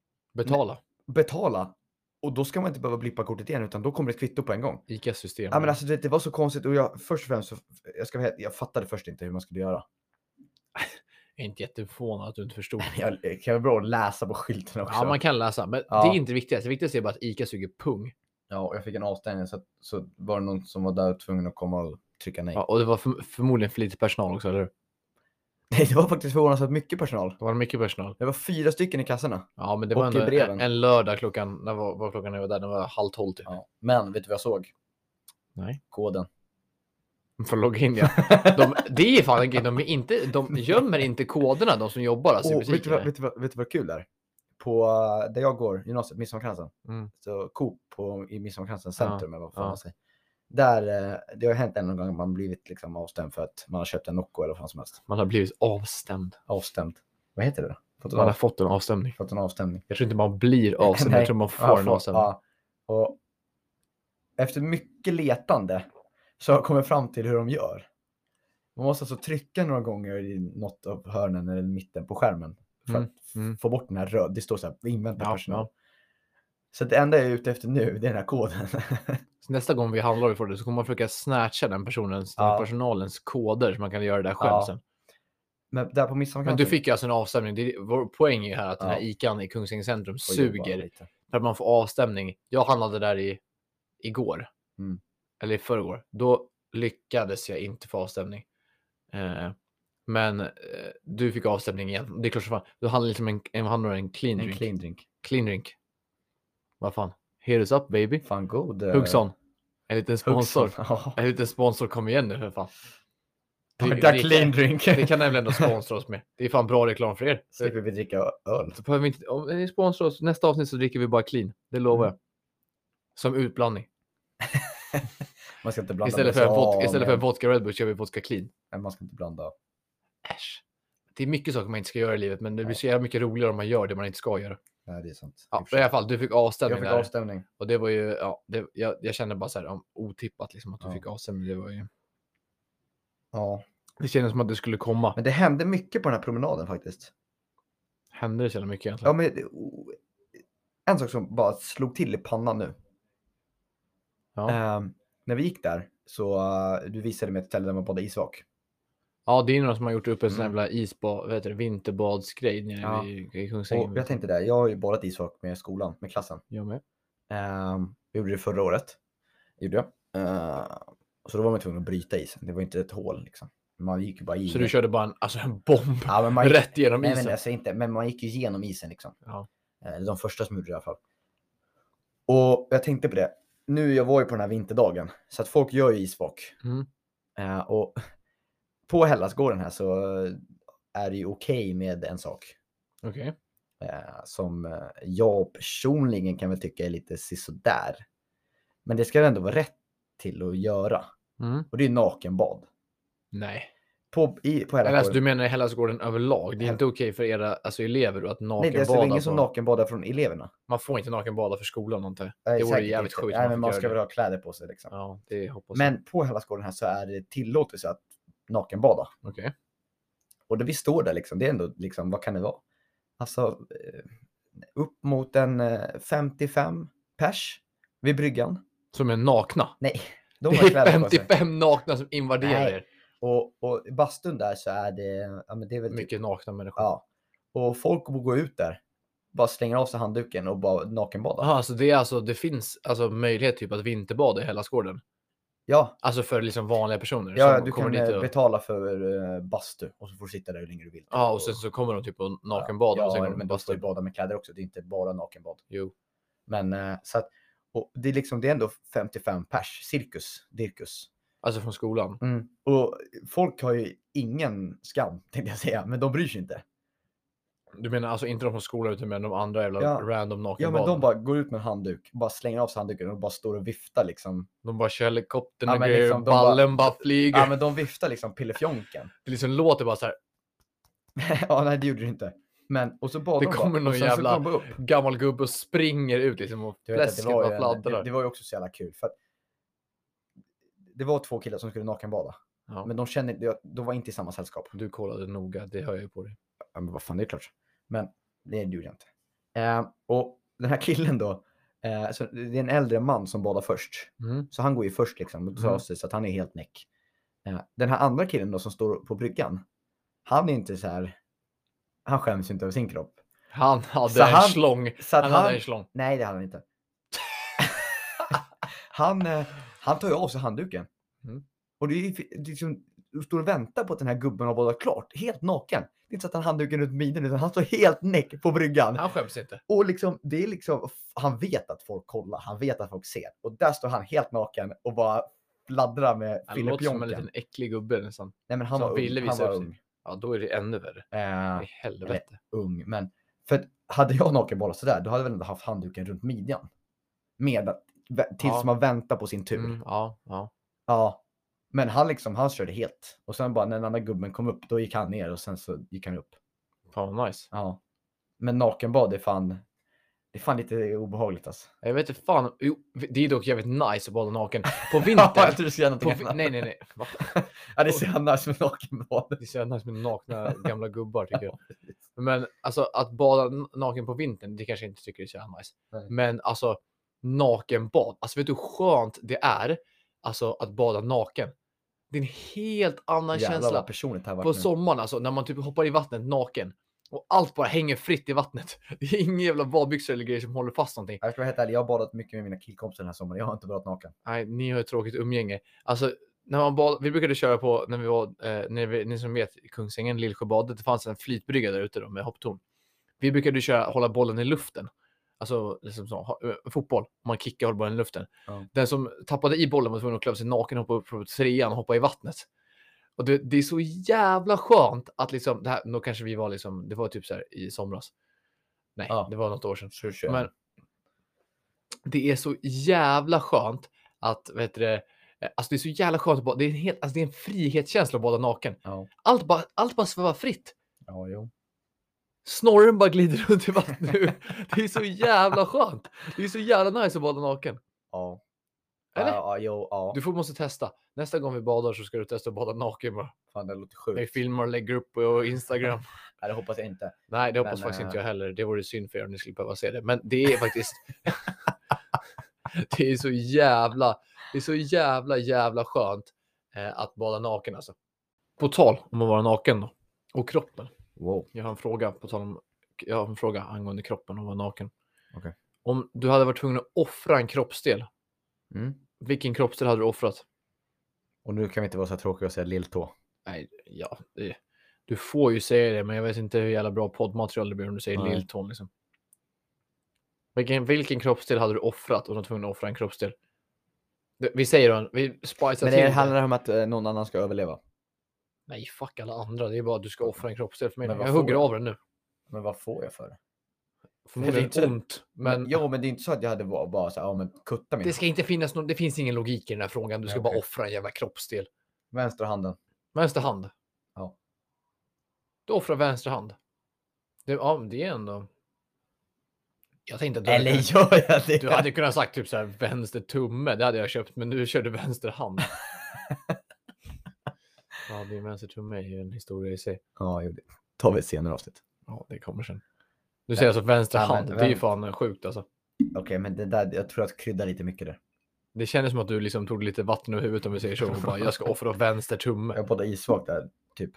betala. Och då ska man inte behöva blippa kortet igen, utan då kommer det ett kvitto på en gång. ICA-system. Ja, men alltså det var så konstigt. Och först och främst, jag fattade först inte hur man skulle göra. Jag är inte jätteförvånad att du inte förstod. Jag kan väl bra läsa på skylten också. Ja, man kan läsa, men det är inte viktigt. Det viktigaste är bara att ICA suger pung. Ja, och jag fick en avstängning, så var det någon som var där tvungen att komma och trycka nej. Ja, och det var förmodligen för lite personal också, eller hur? Nej, det var faktiskt förvånansvärt mycket personal. Det var mycket personal. Det var 4 stycken i kassorna. Ja, men det var ändå en lördag klockan, när var klockan när jag var där? Den var 11:30 typ. Ja. Men vet du vad jag såg? Nej. Koden. För att logga in, ja. Det är fan en grej. De gömmer inte koderna, de som jobbar alltså, i butiken. Vet du vad kul är? På där jag går, gymnasiet, Midsommarkransen. Så Coop i Midsommarkransen centrum, eller vad fan man säger. Där, det har hänt en gång att man blivit liksom avstämd för att man har köpt en Nocco eller vad som helst. Man har blivit avstämd. Vad heter det då? Man har fått en avstämning. Jag tror inte man blir avstämd, jag tror man får en avstämning. Ja. Och efter mycket letande så har jag kommit fram till hur de gör. Man måste alltså trycka några gånger i något av hörnen eller mitten på skärmen för att få bort den här röd. Det står så här, invänta personal. Ja. Så det enda jag är ute efter nu, det är den här koden. Så nästa gång vi handlar för det så kommer man försöka snatcha den personalens koder så man kan göra det där själv sen. Men där på Men du fick alltså en avstämning. Vår poäng är här att den här ICAn i Kungsängens centrum suger för att man får avstämning. Jag handlade där igår. Eller i förrgår. Då lyckades jag inte få avstämning. Men du fick avstämning igen. Det är klart så fan. Du handlar liksom en clean drink. Clean drink. Vad fan? Here's up baby. Fan god. Hugson. En liten sponsor. En liten sponsor, kom igen nu för fan. Clean drink. Det kan nämligen ändå sponsra oss med. Det är fan bra reklam för er. Slipper vi dricka öl. Så behöver vi inte, om ni sponsrar oss nästa avsnitt så dricker vi bara clean. Det lovar jag. Som utblandning. Man ska inte blanda. Istället för vodka Red Bull kör vi vodka clean. Nej, man ska inte blanda. Äsch. Det är mycket saker man inte ska göra i livet, men det blir så jävla mycket roligare om man gör det man inte ska göra. Nej, det är sant. Ja, i alla fall, du fick avstämning. Jag fick avstämning. Och det var ju, jag kände bara så här otippat liksom att du fick avstämning. Det var ju... Ja. Det kändes som att det skulle komma. Men det hände mycket på den här promenaden faktiskt. Hände det så mycket egentligen? Ja, men en sak som bara slog till i pannan nu. Ja. När vi gick där så du visade mig ett ställe där man badade isvak. Ja, det är någon som har gjort upp en sån jävla vinterbadsgrej nere i Kungsängen. Och jag tänkte där, jag har ju badat isvak med skolan, med klassen. Jag med. Vi gjorde det förra året. Gjorde jag. Så då var man tvungen att bryta isen. Det var inte ett hål liksom. Man gick ju bara in. Så du körde bara en bomb men rätt igenom isen? Nej, men jag säger inte. Men man gick ju igenom isen liksom. Ja. De första som gjorde det i alla fall. Och jag tänkte på det. Nu, jag var ju på den här vinterdagen. Så att folk gör ju isvak. Och på Hellasgården här så är det ju okej med en sak. Okej. Som jag personligen kan väl tycka är lite sisådär. Men det ska ändå vara rätt till att göra. Och det är nakenbad. Nej. På Hellasgården. Alltså, du menar i Hellasgården överlag? Det är inte okej för era elever att nakenbada? Nej, det är ingen som nakenbadar från eleverna. Man får inte nakenbada för skolan, inte. Det vore jävligt sjukt. Nej, men man ska väl ha kläder på sig liksom. Ja, det hoppas jag. Men på Hellasgården här så är det tillåtelse att nakenbada. Okej. Och det vi står där liksom, det är ändå liksom, vad kan det vara? Alltså upp mot en 55 pers vid bryggan. Som är nakna? Nej. Det är 55 nakna som invaderar er. Och i bastun där så är det, ja, men det är väl mycket nakna människor. Ja. Och folk går ut där. Bara slänger av sig handduken och bara nakenbada. Jaha, så det finns alltså möjlighet typ att vinterbada i Hellasgården? Ja. Alltså för liksom vanliga personer? Ja, du kan betala för bastu och så får du sitta där hur länge du vill. Ja, och sen så kommer de typ och nakenbada. Ja, och men de får ju bada med kläder också. Det är inte bara nakenbad. Jo. Men så att, och det är liksom, det är ändå 55 pers. Dirkus. Alltså från skolan. Och folk har ju ingen skam, tänkte jag säga. Men de bryr sig inte. Du menar alltså inte de från skolan utan de andra jävla random nakenbad? Ja, men de bara går ut med en handduk. Bara slänger av sig handduken och bara står och viftar liksom. De bara kör helikoptern och grejer. Liksom, ballen bara flyger. Ja, men de viftar liksom pillefjonken. Det liksom låter bara så här. Ja, nej, det gjorde det inte. Men, och så det kommer någon jävla gammal gubbe och springer ut liksom och fläsket bara fladdrar. Det var ju också så jävla kul. För att det var 2 killar som skulle nakenbada. Ja. Men de var inte i samma sällskap. Du kollade noga, det hör jag ju på dig. Ja, men vad fan, det är klart. Men det gjorde jag inte. Och den här killen då, så det är en äldre man som badar först. Så han går ju först liksom, så att han är helt näck. Den här andra killen då som står på bryggan, han är inte så här, han skäms inte över sin kropp. Han hade en slång. Han hade en slång. Nej, det hade han inte. Han tar ju av sig handduken. Och det är liksom, du står och väntar på att den här gubben har badat klart. Helt naken. Det är inte så att han handduken runt midjan, utan han står helt näck på bryggan. Han skäms inte. Och liksom, det är liksom, han vet att folk kollar. Han vet att folk ser. Och där står han helt naken och bara fladdrar med filipjonken. Han låter som en liten äcklig gubbe nästan. Nej, men han var ung. Ja, då är det ännu värre. I helvete. Ung, men för hade jag nakenbadat sådär, då hade jag väl ändå haft handduken runt midjan. Tills man väntar på sin tur. Ja. Men han körde helt. Och sen bara när den andra gubben kom upp, då gick han ner och sen så gick han upp. Fan vad nice. Ja. Men nakenbad är fan lite obehagligt alltså. Jag vet inte fan. Jo, det är dock jävligt nice att bada naken. På vintern. Jag tror du ska göra någonting annat. Nej. Ja, det ser nice med nakenbad. Det ser nice med nakna gamla gubbar tycker jag. Men alltså att bada naken på vintern, det kanske jag inte tycker är så nice. Nej. Men alltså nakenbad. Alltså vet du hur skönt det är alltså att bada naken. Det är en helt annan känsla på sommaren alltså, när man typ hoppar i vattnet naken och allt bara hänger fritt i vattnet. Det är ingen jävla badbyxor eller grejer som håller fast någonting. Jag ska vara helt ärlig, jag har badat mycket med mina killkompisar den här sommaren. Jag har inte badat naken. Nej, ni har ett tråkigt umgänge. Alltså när man bad, vi brukade köra på när vi var ni som vet i Kungsängen, Lillsjöbadet, det fanns en flytbrygga där ute då med hopptorn. Vi brukade hålla bollen i luften. Alltså liksom så, fotboll, man kickar och håller bollen i luften. Ja. Den som tappade i bollen var tvungen att klä sig naken och hoppa upp på trean och hoppa i vattnet. Och det är så jävla skönt att liksom, det här, då kanske vi var liksom, det var typ så här i somras. Nej, det var något år sedan. Men det är så jävla skönt att, vet du det, alltså det är så jävla skönt att bada, det är en frihetskänsla att bada naken. Ja. Allt bara svävar fritt. Ja, jo. Snorren bara glider runt i vattnet. Det är så jävla skönt. Det är så jävla nice att bada naken. Ja. Eller? Ja. Du måste testa. Nästa gång vi badar så ska du testa att bada naken bara. Fan, det låter sjukt. Jag filmar och lägger upp på Instagram. Nej, det hoppas jag inte. Nej, det hoppas faktiskt inte jag heller. Det vore synd för er om ni skulle behöva se det. Men det är faktiskt... det är så jävla skönt att bada naken alltså. På tal om att vara naken då. Och kroppen. Wow. Jag har en fråga angående kroppen och vara naken. Okay. Om du hade varit tvungen att offra en kroppsdel. Vilken kroppsdel hade du offrat? Och nu kan vi inte vara så tråkiga och säga lilltå. Nej, ja. Du får ju säga det, men jag vet inte hur jävla bra poddmaterial det blir om du säger lilltån liksom. Vilken kroppsdel hade du offrat om du var tvungen att offra en kroppsdel? Vi säger då, vi spicar till. Men det handlar om att någon annan ska överleva. Nej, fuck alla andra. Det är bara att du ska offra en kroppsdel för mig. Men jag hugger av den nu. Men vad får jag för det? Förmodligen det är ont. Men det är inte så att jag hade bara så här, men kutta mig. Det ska inte finnas det finns ingen logik i den här frågan. Du ska bara offra en jävla kroppsdel. Vänster hand. Ja. Du offrar vänster hand. Det är ändå... Jag tänkte att du hade kunnat sagt typ så här vänster tumme. Det hade jag köpt, men du körde vänster hand. Ja, det är vänster tumme är ju en historia i sig. Ja, det tar vi ett senare avsnitt. Ja, det kommer sen. Du säger alltså vänster hand. Det är ju fan sjukt alltså. Okej, men det där, jag tror att krydda lite mycket där. Det kändes som att du liksom tog lite vatten över huvudet om vi säger så. Och bara, jag ska offra vänster tumme. Jag poddar isvagt där, typ.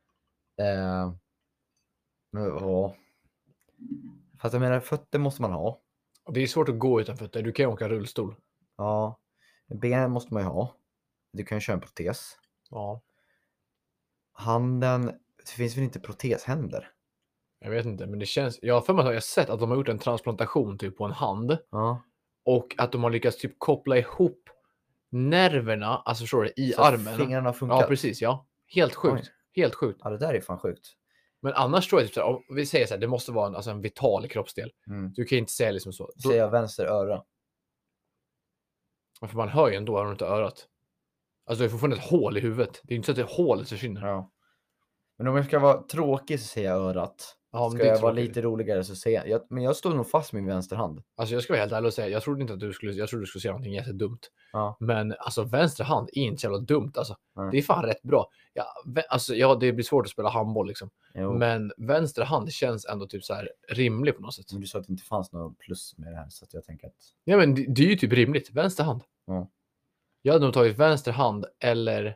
Men ja. Fast jag menar, fötter måste man ha. Det är svårt att gå utan fötter. Du kan ju åka rullstol. Ja. Ben måste man ju ha. Du kan ju köra en protes. Ja. Handen. Det finns väl inte proteshänder? Jag vet inte, men det känns... Jag har för mig att jag har sett att de har gjort en transplantation typ på en hand. Ja. Och att de har lyckats typ koppla ihop nerverna, alltså förstår du, i så armen. Fingrarna funkar. Ja, precis, ja. Helt sjukt. Helt sjukt. Ja, det där är fan sjukt. Men annars tror jag typ så här, om vi säger så här, det måste vara en vital kroppsdel. Du kan ju inte säga liksom så. Säger jag vänster öra. För man hör ju ändå, har inte örat. Alltså det är fortfarande ett hål i huvudet. Det är inte så att det hålet försvinner. Ja. Men om jag ska vara tråkig så säger jag örat. Ja, ska jag vara lite roligare så säger jag. Men jag står nog fast med min vänsterhand. Alltså jag ska vara helt ärlig och säga, jag trodde inte att du skulle säga någonting jättedumt. Ja. Men alltså vänster hand är inte så jävla dumt alltså. Det är fan rätt bra. Ja, det blir svårt att spela handboll liksom. Jo. Men vänster hand känns ändå typ så här rimlig på något sätt. Men du sa att det inte fanns något plus med det här så att jag tänker att... Ja, men det är ju typ rimligt. Vänster hand. Ja. Jag hade nog tagit vänster hand eller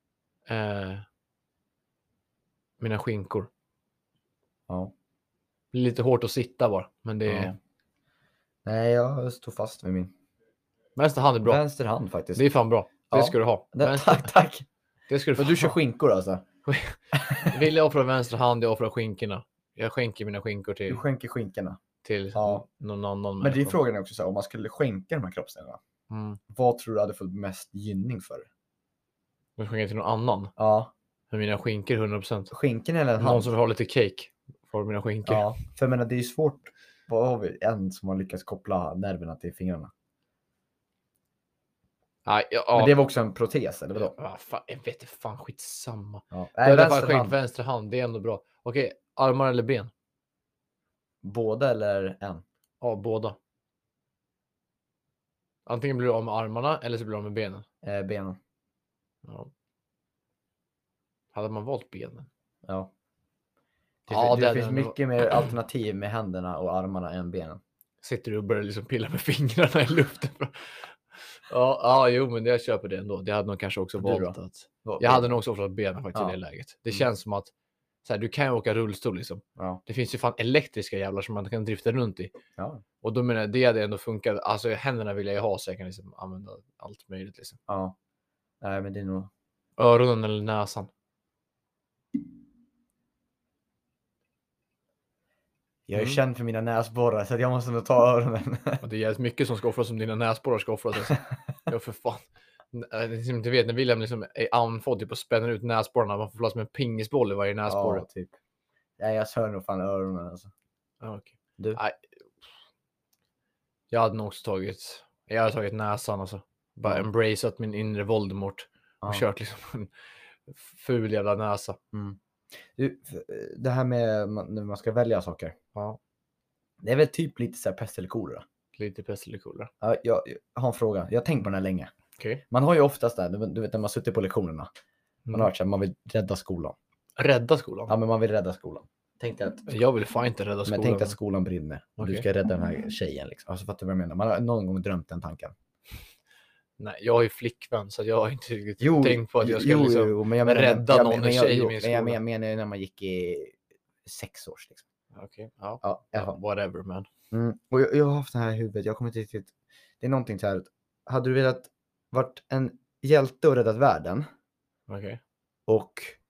mina skinkor. Ja. Det är lite hårt att sitta bara, men det är... Ja. Nej, jag står fast med min. Vänster hand är bra. Vänster hand faktiskt. Det är fan bra. Det ska du ha. Tack. Det ska du Men du kör skinkor alltså? Vill jag offra vänster hand, jag offrar skinkorna. Jag skänker mina skinkor till... Du skänker skinkorna? Till någon annan. Men det är frågan också så här, om man skulle skänka de här kroppsdelarna. Vad tror du hade fått mest gynning för? Jag skänker till någon annan? Ja. För mina skinkor 100%. Skinken eller en hand? Någon som vill ha lite cake för mina skinkor. Ja, för jag menar det är ju svårt. Vad har vi? En som har lyckats koppla nerverna till fingrarna. Men det var också en protes, eller vadå? Ja, fan, jag vet inte, fan skitsamma. Ja. Det är vänster hand. Vänster hand, det är ändå bra. Okej, armar eller ben? Båda eller en? Ja, båda. Antingen blir du av med armarna eller så blir du av med benen. Benen. Ja. Hade man valt benen? Ja. Det finns mycket mer alternativ med händerna och armarna än benen. Sitter du och börjar liksom pilla med fingrarna i luften? Jo, men jag köper det ändå. Det hade nog kanske också valt att... Jag hade nog också offrat benen faktiskt i det läget. Det känns som att så här, du kan ju åka rullstol liksom. Ja. Det finns ju fan elektriska jävlar som man kan drifta runt i. Ja. Och då menar jag, det hade ändå funkat. Alltså händerna vill jag ju ha så jag kan liksom använda allt möjligt liksom. Ja. Nej, men det är nog... Öronen eller näsan? Jag är känd för mina näsborrar så att jag måste nog ta öronen. Och det är jävligt mycket som ska offras som dina näsborrar ska offras. Alltså. Ja, för fan. Som inte vet, när William liksom är andfådd typ och spänner ut näsborrarna. Man får plats med en pingisboll i varje näsborre. Ja, typ. Nej, jag kör nog fan öronen alltså. Ja, okej. Du? Nej. Jag hade nog också tagit... Jag hade tagit näsan alltså. Bara embraceat min inre Voldemort. Och kört liksom en ful jävla näsa. Du, det här med när man ska välja saker. Ja. Det är väl typ lite så här pest eller kolera. Lite pest eller kolera. Ja, jag har en fråga. Jag har tänkt på den här länge. Okej. Man har ju oftast där, du vet när man suttit på lektionerna. Man har hört att man vill rädda skolan. Rädda skolan? Ja, men man vill rädda skolan. Tänkte att, jag vill fan inte rädda skolan. men tänk att skolan brinner. Och du ska rädda den här tjejen liksom. Alltså fattar du vad jag menar? Man har någon gång drömt den tanken. Nej, jag har ju flickvän så jag har inte riktigt tänkt på att jag ska men jag menar, rädda någon tjej i min skola. Men jag menar när man gick i 6 års liksom. Okej, ja. Whatever man. Och jag har haft det här i huvudet. Jag kommer inte riktigt... Det är någonting så här. Hade du velat varit en hjälte och räddat världen? Okej. Och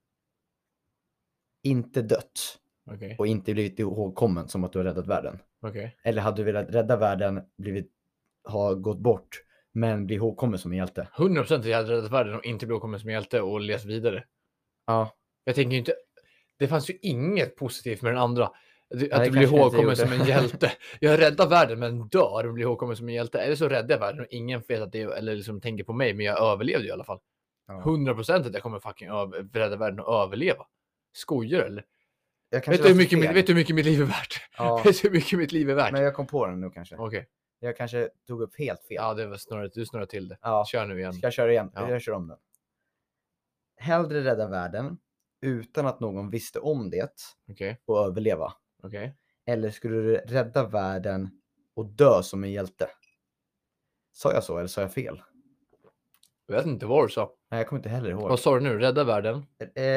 inte dött. Okej. Och inte blivit ihågkommen som att du har räddat världen. Okej. Eller hade du velat rädda världen, ha gått bort, men bli ihågkommen som en hjälte? 100% jag hade räddat världen och inte blivit ihågkommen som hjälte och läst vidare. Ja. Jag tänker ju inte... Det fanns ju inget positivt med den andra. Att Nej, du blir ihågkommen som en hjälte. Jag räddar världen men dör och blir ihågkommen som en hjälte. Eller så räddar jag världen och ingen vet att det är, eller liksom tänker på mig, men jag överlevde i alla fall. 100% att jag kommer fucking rädda världen och överleva. Skojar eller? Vet du hur mycket mitt liv är värt? Ja. Vet du hur mycket mitt liv är värt? Men jag kom på den nu kanske. Okej. Jag kanske tog upp helt fel. Ja, det var snurrat. Du snurrar till det. Ja. Kör nu igen. Ska jag köra igen? Ja. Jag kör om den. Hellre rädda världen utan att någon visste om det och överleva. Okej. Eller skulle du rädda världen och dö som en hjälte? Sa jag så eller sa jag fel? Jag vet inte vad du sa. Nej, jag kommer inte heller ihåg. Vad sa du nu? Rädda världen?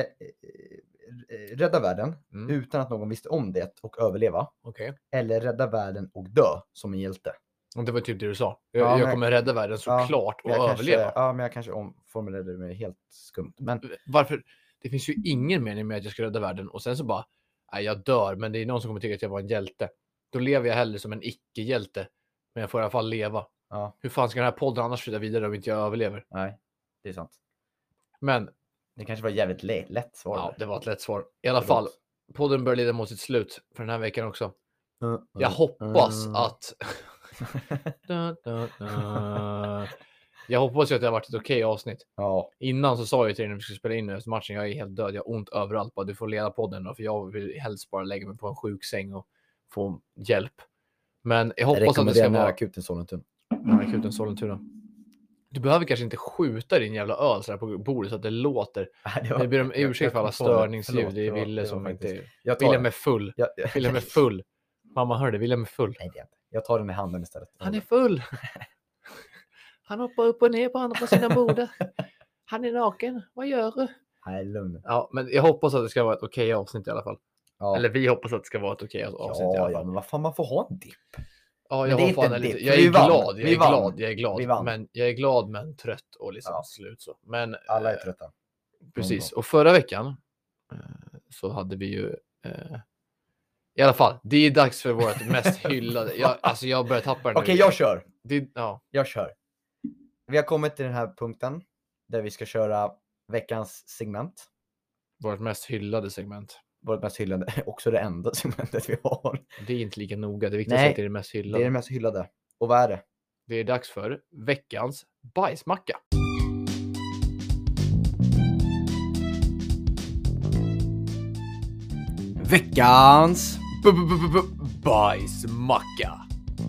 Rädda världen utan att någon visste om det och överleva. Okej. Eller rädda världen och dö som en hjälte. Och det var typ det du sa. Jag kommer rädda världen såklart och överleva. Men jag kanske omformulerade mig helt skumt. Men varför? Det finns ju ingen mening med att jag ska rädda världen och sen så bara, nej jag dör, men det är någon som kommer tycka att jag var en hjälte. Då lever jag hellre som en icke-hjälte. Men jag får i alla fall leva. Ja. Hur fan ska den här podden annars flytta vidare om inte jag överlever? Nej, det är sant. Men det kanske var jävligt lätt svar. Ja, det var ett lätt svar. I alla fall, podden börjar lida mot sitt slut för den här veckan också. Jag hoppas att... Jag hoppas ju att det har varit ett okej avsnitt. Ja. Innan så sa jag till dig när vi skulle spela in efter matchen, jag är helt död, jag har ont överallt. Bara, du får leda podden då, för jag vill helst bara lägga mig på en sjuksäng och få hjälp. Men jag hoppas att det ska vara... akuten Sollentuna. Akuten Sollentuna. Du behöver kanske inte skjuta din jävla öl så här på bordet så att det låter. Jag ber om ursäkt för alla störningsljud. Det är Ville som inte... William är full. William är full. Mamma hör det, William är full. Nej, det är inte. Jag tar det med handen istället. Han är full. Han hoppar upp och ner på andra på sina bord. Han är naken. Vad gör du? Nej, lugn. Ja, men jag hoppas att det ska vara ett okej avsnitt i alla fall. Ja. Eller vi hoppas att det ska vara ett okej avsnitt i alla fall. Ja, men vad fan, man får ha en dipp. Ja, jag är glad. Men jag är glad men trött och liksom slut så. Men alla är trötta. Precis. Och förra veckan så hade vi ju i alla fall, det är dags för vårt mest hyllade. Jag börjar tappa den. Okej, jag kör. Jag kör. Vi har kommit till den här punkten där vi ska köra veckans segment. Vårt mest hyllade segment. Vårt mest hyllade, också det enda segmentet vi har. Det är inte lika noga, det viktigaste är att det är det mest hyllade. Det är det mest hyllade. Och vad är det? Det är dags för veckans bajsmacka. Veckans bajsmacka.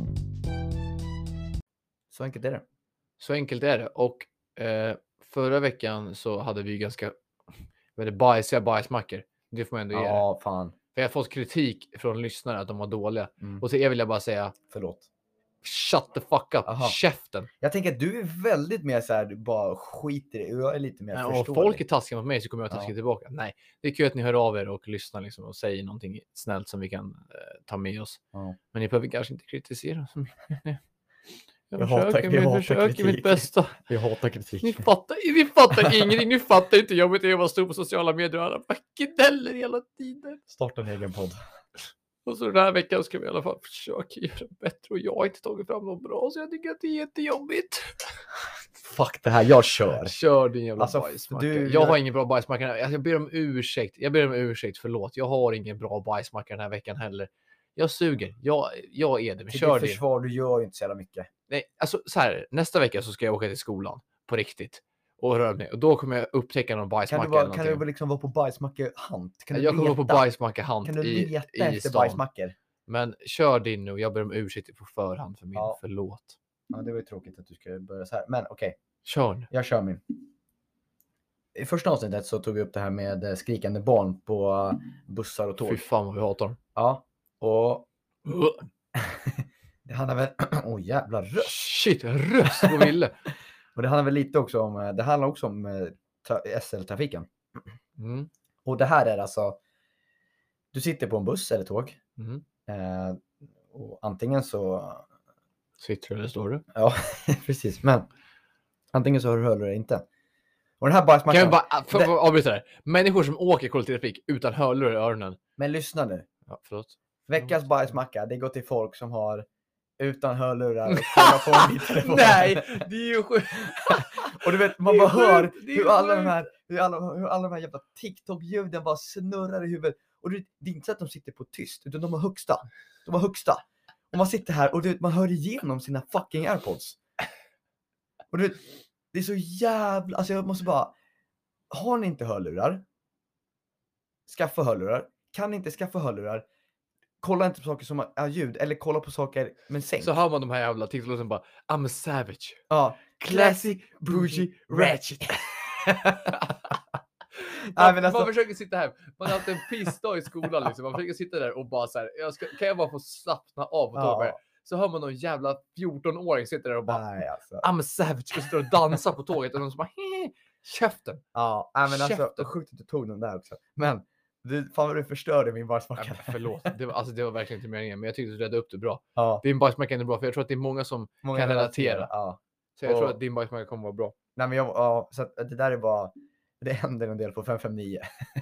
Så enkelt är det. Så enkelt är det. Och förra veckan så hade vi ganska bajsiga bajsmackor. Det får man ändå ge. Ja, fan. För jag har fått kritik från lyssnare att de var dåliga. Och till er vill jag bara säga... Förlåt. Shut the fuck up. Aha. Käften. Jag tänker att du är väldigt mer så här, du bara skiter i. Jag är lite mer förståelig. Om folk är taskiga mot mig så kommer jag taska tillbaka. Nej, det är kul att ni hör av er och lyssnar liksom, och säger någonting snällt som vi kan ta med oss. Men ni behöver kanske inte kritisera så mycket. Jag försöker mitt bästa. Vi hatar kritik. Ni fattar ingenting. Ni fattar inte jobbet är att stå på sociala medier och alla gnäller hela tiden. Starta en egen podd. Och så den här veckan ska vi i alla fall försöka göra bättre. Och jag har inte tagit fram något bra så jag tycker att det är jättejobbigt. Fuck det här, jag kör. Kör din jävla bajsmacka. Jag har ingen bra bajsmacka. Jag ber om ursäkt, förlåt. Jag har ingen bra bajsmacka den här veckan heller. Jag suger. Jag är det. Men kör det. Försvar, du gör ju inte så jävla mycket. Nej, alltså så här. Nästa vecka så ska jag åka till skolan. På riktigt. Och röra mig. Och då kommer jag upptäcka någon bajsmacka. Kan du liksom vara på bajsmackehant? Jag kommer vara på bajsmackehant i stan. Kan du leta efter bajsmackor? Men kör din nu. Jag ber om ursäkt på förhand för min. Förlåt. Ja, det var ju tråkigt att du ska börja så här. Men okej. Kör nu. Jag kör min. I första avsnittet så tog vi upp det här med skrikande barn på bussar och tåg. Fy fan vad vi hatar dem. Ja, och det handlar väl... jävlar röst. Shit, röst på Ville. Och det handlar väl lite också om... Det handlar också om SL-trafiken. Och det här är alltså... Du sitter på en buss eller tåg. Och antingen så... Sitter du eller står du? Ja, precis. Men antingen så hör du eller inte. Och den här bajsmackan... Kan jag bara avbryta där? Människor som åker kollektivtrafik utan hörlurar i öronen. Men lyssna nu. Ja, förlåt. Veckans bajsmacka, det går till folk som har utan hörlurar och kollar på min telefon. Nej, det är ju sjukt. Och du vet, man bara hör hur alla de här jävla TikTok-ljuden bara snurrar i huvudet. Och det är inte så att de sitter på tyst, utan de har högsta. Och man sitter här och man hör igenom sina fucking AirPods. Och du vet, det är så jävla... Alltså jag måste bara... Har ni inte hörlurar? Skaffa hörlurar. Kan ni inte skaffa hörlurar? Kolla inte på saker som är ljud. Eller kolla på saker med sänk. Så hör man de här jävla TikTok som bara I'm a savage. Ja. Classic bougie ratchet. Man försöker sitta här. Man har haft en pissdag i skolan liksom. Man försöker sitta där och bara så här. Kan jag bara få slappna av på tåget? Så hör man någon jävla 14-åring sitter där och bara I'm a savage. Och sitter och dansar på tåget. Och de som bara käften. Ja, men alltså sjukt att du tog den där också. Men fan vad du förstörde min bajsmacka. Förlåt, det var verkligen inte meningen. Men jag tyckte du räddade upp det bra. Din bajsmacka är bra, för jag tror att det är många som kan relatera. Så jag tror att din bajsmacka kommer vara bra. Nej men så att det där är bara... Det händer en del på 559.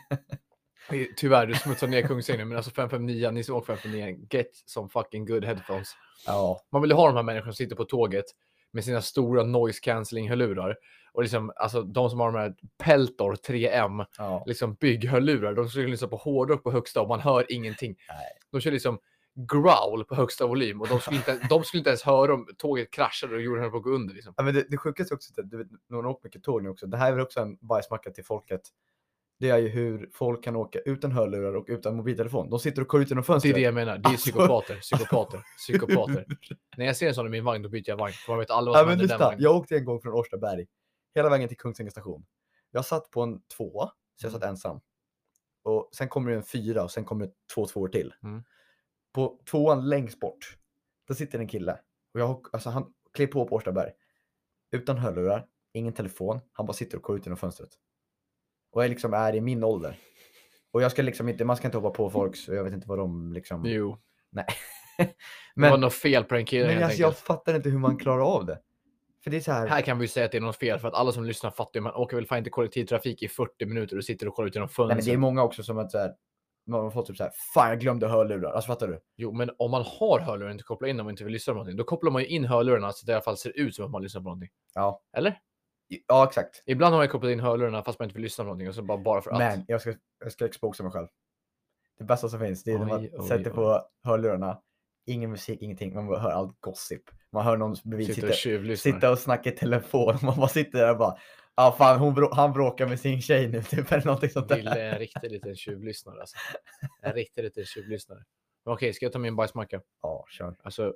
Tyvärr, du smutsar ner Kungsängen. Men alltså 559, ni som åker 559, get some fucking good headphones. Man vill ju ha de här människorna som sitter på tåget med sina stora noise cancelling hörlurar. Och liksom, alltså de som har de här Peltor 3M, liksom bygghörlurar, de skulle lyssna på hårdrock på högsta och man hör ingenting. De kör liksom growl på högsta volym och de skulle inte ens höra om tåget kraschade och jorden höll på att gå under liksom. Ja, men det sjukaste också, du vet, någon åker mycket tåg nu också. Det här är väl också en bajsmacka till folket. Det är ju hur folk kan åka utan hörlurar och utan mobiltelefon. De sitter och kollar ut genom fönstret. Det är det jag menar. Det är psykopater. När jag ser en sån i min vagn, då byter jag vagn. För man vet alla vad som händer den vagnen. Jag åkte en gång från Årstaberg hela vägen till Kungsängen station. Jag satt på en 2, så jag satt ensam. Och sen kommer det en 4 och sen kommer det 2 tvåor till. På 2:an längst bort, då sitter en kille. Och han klär på Årstaberg. Utan hörlurar, ingen telefon. Han bara sitter och kollar ut genom fönstret. Och jag liksom är i min ålder. Och jag ska liksom inte, man ska inte hoppa på folk, så jag vet inte vad de liksom... Jo. Nej. Men det var något fel på den killen. Men alltså, jag fattar inte hur man klarar av det. För det är så här... Här kan vi säga att det är något fel, för att alla som lyssnar fattar ju, man åker väl fan inte kollektivtrafik i 40 minuter och sitter och kollar ut genom fönstret. Nej, men det är många också som att så här, man har fått typ så här, fan jag glömde hörlurar. Alltså fattar du? Jo, men om man har hörlurar och inte kopplar in dem och inte vill lyssna på någonting, då kopplar man ju in hörlurarna så det i alla fall ser ut som att man lyssnar på någonting. Ja. Eller? Ja, exakt. Ibland har man kopplat in hörlurarna fast man inte vill lyssna på någonting och så bara för att. Men jag ska exposa mig själv. Det bästa som finns, det är när man sätter på hörlurarna. Ingen musik, ingenting. Man hör allt gossip. Man hör någon bredvid sitta och snacka i telefon. Man bara sitter där och bara, fan han bråkar med sin tjej nu typ, eller någonting sånt där. Ville är en riktig liten tjuvlyssnare alltså. En riktig liten tjuvlyssnare. Okej, ska jag ta min bajsmacka? Ja, kör. Alltså,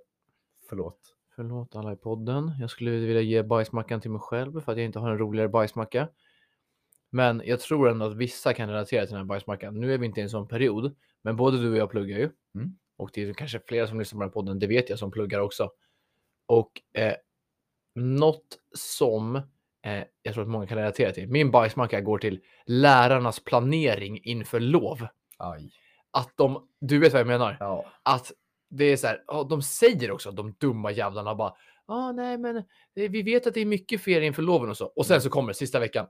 förlåt alla i podden. Jag skulle vilja ge bajsmackan till mig själv för att jag inte har en roligare bajsmacka. Men jag tror ändå att vissa kan relatera till den här bajsmackan. Nu är vi inte i en sån period, men både du och jag pluggar ju. Och det är kanske flera som lyssnar på den här podden, det vet jag, som pluggar också. Och något som jag tror att många kan relatera till. Min bajsmacka går till lärarnas planering inför lov. Aj. Att du vet vad jag menar? Ja. Att det är så här, de säger också, de dumma jävlarna bara, nej men vi vet att det är mycket ferier inför loven och så. Och sen så kommer sista veckan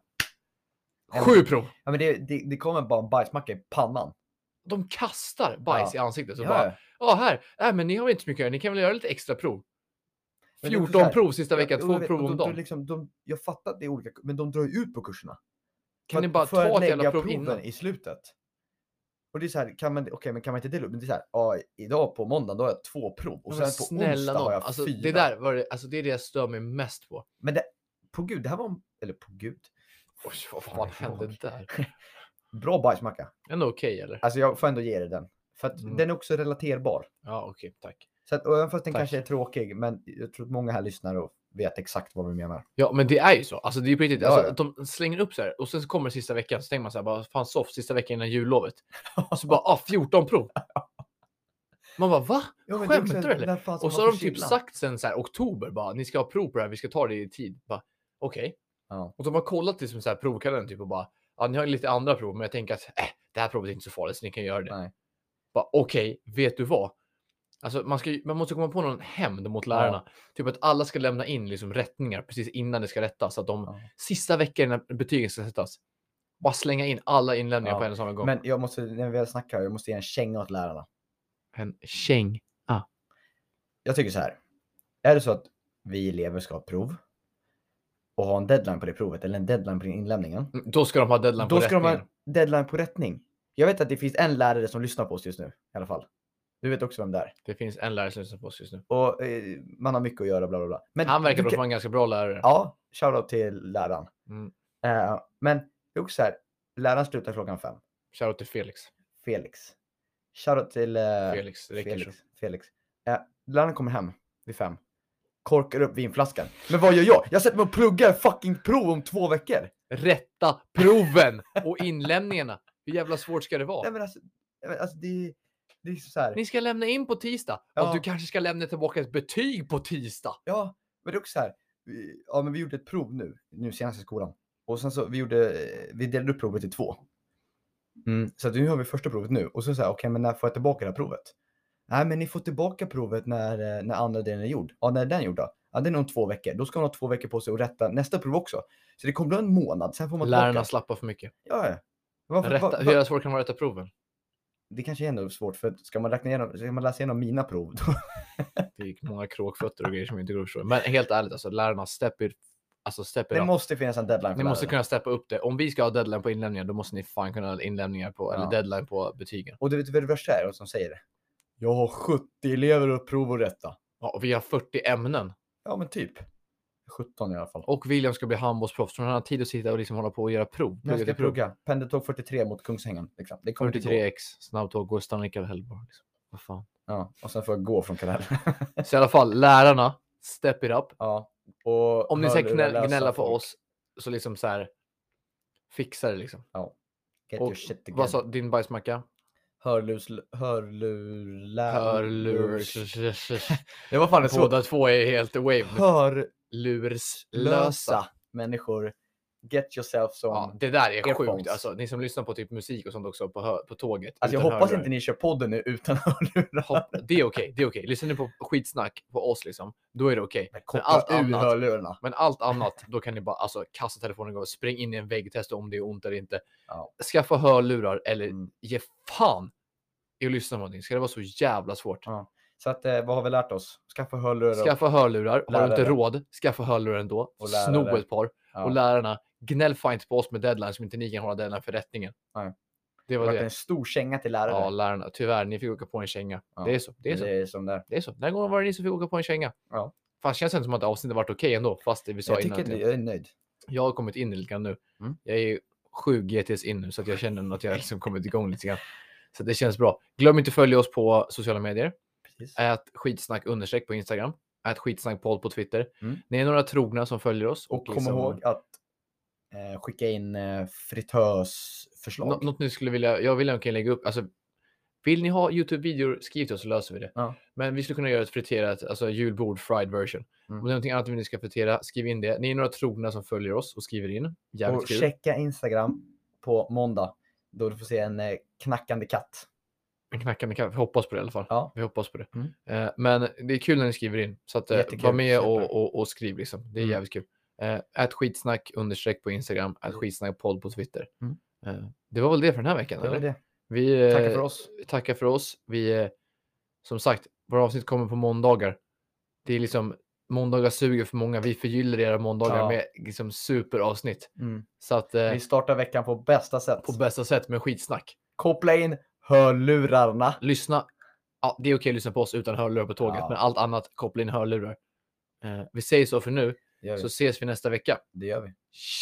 7 prov. Ja, men det kommer bara en bajsmacka i pannan. De kastar bajs i ansiktet och bara, här, men ni har inte så mycket att göra, ni kan väl göra lite extra prov. 14 prov sista veckan, 2 prov om dagen. Liksom, jag fattar att det är olika, men de drar ju ut på kurserna. Kan ni bara ta ett jävla prov innan? I slutet. Och det är så här, kan man inte dela upp? Men det är så här, idag på måndagen då har jag 2 prov. Och sen på onsdag har jag 4. Det där var det, alltså det är det jag stör mig mest på. Men på gud, det här var, eller på gud. Oj, vad fan hände där? Bra bajsmacka. Ändå okej, eller? Alltså jag får ändå ge det den. För att den är också relaterbar. Ja, okej, tack. Så att, och även fast den kanske är tråkig, men jag tror att många här lyssnar och vet exakt vad vi menar. Ja, men det är ju så. Alltså det är på riktigt. Ja, alltså, de slänger upp så här och sen så kommer det sista veckan så tänker man så här bara fan soft sista veckan innan jullovet. Så bara 14 prov. Man bara va? Ja, men Skämtar du eller? Och så har de typ kylan. sagt sen så här oktober bara ni ska ha prov på det här, vi ska ta det i tid. Bara okej. Ja. Och de har kollat liksom så här provkalendern typ och bara ja, ni har lite andra prov men jag tänker att det här provet är inte så farligt så ni kan göra det. Nej. Bara okej, vet du vad? Alltså man måste komma på någon hämnd mot lärarna. Typ att alla ska lämna in liksom rättningar precis innan det ska rättas. Så att de sista veckan när betygen ska sättas. Bara slänga in alla inlämningar på en och samma gång. Men jag måste, när vi snackar, jag måste ge en känga åt lärarna. En käng. Jag tycker så här. Är det så att vi elever ska ha prov och ha en deadline på det provet eller en deadline på inlämningen. Då ska de ha deadline på rättningen. Då ska de ha deadline på rättning. Jag vet att det finns en lärare som lyssnar på oss just nu i alla fall. Du vet också vem det är. Det finns en lärare som lyssnar på oss just nu. Och man har mycket att göra, bla bla bla. Men han verkar vara en ganska bra lärare. Ja, shoutout till läraren. Men det är också så här, läraren slutar klockan 5. Shoutout till Felix. Shoutout till Felix. Läraren kommer hem vid 5. Korkar upp vinflaskan. Men vad gör jag? Jag sätter mig och pluggar fucking prov om 2 veckor. Rätta proven och inlämningarna. Hur jävla svårt ska det vara? Nej, men alltså det är så här. Ni ska lämna in på tisdag. Ja. Och du kanske ska lämna tillbaka ett betyg på tisdag. Ja, men det är också så här. Vi gjorde ett prov nu senast i skolan. Och sen så vi delade upp provet i 2. Så att nu har vi första provet nu. Och så säger okej, men när får jag tillbaka det här provet? Nej, men ni får tillbaka provet när andra delen är gjord. Ja, när är den gjord då? Ja, det är nog 2 veckor. Då ska man ha 2 veckor på sig att rätta nästa prov också. Så det kommer bli en månad. Sen får man lärarna slappar för mycket. Ja. Hur svårt kan man rätta proven? Det kanske är ändå svårt, för ska man läsa igenom mina prov då? Det är många kråkfötter och grejer som inte går att förstå. Men helt ärligt, alltså lärarna stepper det up. Måste finnas en deadline för ni måste kunna steppa upp det. Om vi ska ha deadline på inlämningar, då måste ni fan kunna ha inlämningar på, eller deadline på betygen. Och du vet vad det värsta är som säger det? Jag har 70 elever och prov att rätta. Ja, och vi har 40 ämnen. Ja, men typ 17 i alla fall. Och William ska bli handbollsproffs, så han har tid att sitta och liksom hålla på och göra prov. Jag ska plugga. Pendeltåg 43 mot Kungsängen. Liksom. Det kommer 43x, snabbtåg, går stanna av Hellborg. Liksom. Vad fan. Ja, och sen får jag gå från Kanal. Så i alla fall, lärarna, step it up. Ja. Och om ni ska gnälla på oss, så liksom så här, fixa det liksom. Ja. Get your shit together. Vad sa din bajsmacka? Det var fan det så. Båda två är helt wave. Hörlurslösa människor. Get yourself some. Ja, det där är sjukt. Alltså, ni som lyssnar på typ musik och sånt också på tåget. Alltså, jag hoppas inte ni kör podden nu utan hörlurar. Det är okej. Lyssnar ni på skitsnack på oss liksom, då är det okej. Men allt annat, då kan ni bara kasta telefonen och spring in i en vägg, testa om det är ont eller inte. Ja. Skaffa hörlurar eller ge fan i att lyssna på någonting. Ska det vara så jävla svårt? Ja. Så att, vad har vi lärt oss? Skaffa hörlurar. Har du inte råd, skaffa hörlurar ändå. Sno ett par. Ja. Och lärarna, gnäll fan inte på oss med deadline som inte ni kan hålla deadline för rättningen. Nej. Det var en stor känga till lärare. Ja, lärarna. Tyvärr, ni fick åka på en känga. Ja. Det är så. Det är som där. Det är så. Den här gången var det ni som fick åka på en känga. Ja. Fast känns det som att avsnittet varit okej ändå. Fast det vi sa innan. Jag är nöjd. Jag har kommit in lite grann nu. Jag är 7 GTs in nu, så att jag känner att jag liksom kommit igång lite grann. Så det känns bra. Glöm inte att följa oss på sociala medier. @skitsnack_ på Instagram. @skitsnackpodd på Twitter. Ni är några trogna som följer oss. Och kom ihåg att skicka in fritösförslag. Något ni skulle vilja, jag vill kan lägga upp. Alltså, vill ni ha YouTube-videor, skriv till oss så löser vi det. Ja. Men vi skulle kunna göra ett friterat, julbord, fried version. Om det är någonting annat ni ska fritera, skriv in det. Ni är några trogna som följer oss och skriver in. Jävligt kul. Checka Instagram på måndag. Då du får se en knackande katt. En knackande katt. Vi hoppas på det i alla fall. Ja. Vi hoppas på det. Men det är kul när ni skriver in. Så att var med och skriv liksom. Det är jävligt kul. @skitsnack_ på Instagram. @skitsnackpodd på Twitter. Det var väl det för den här veckan. Det var det. Vi tackar för oss. Vi som sagt, våra avsnitt kommer på måndagar. Det är liksom måndagar suger för många. Vi förgyller era måndagar med liksom superavsnitt. Så att vi startar veckan på bästa sätt. På bästa sätt med skitsnack. Koppla in hörlurarna. Lyssna. Ja, det är okej att lyssna på oss utan hörlurar på tåget, men allt annat koppla in hörlurar. Vi säger så för nu. Så ses vi nästa vecka. Det gör vi.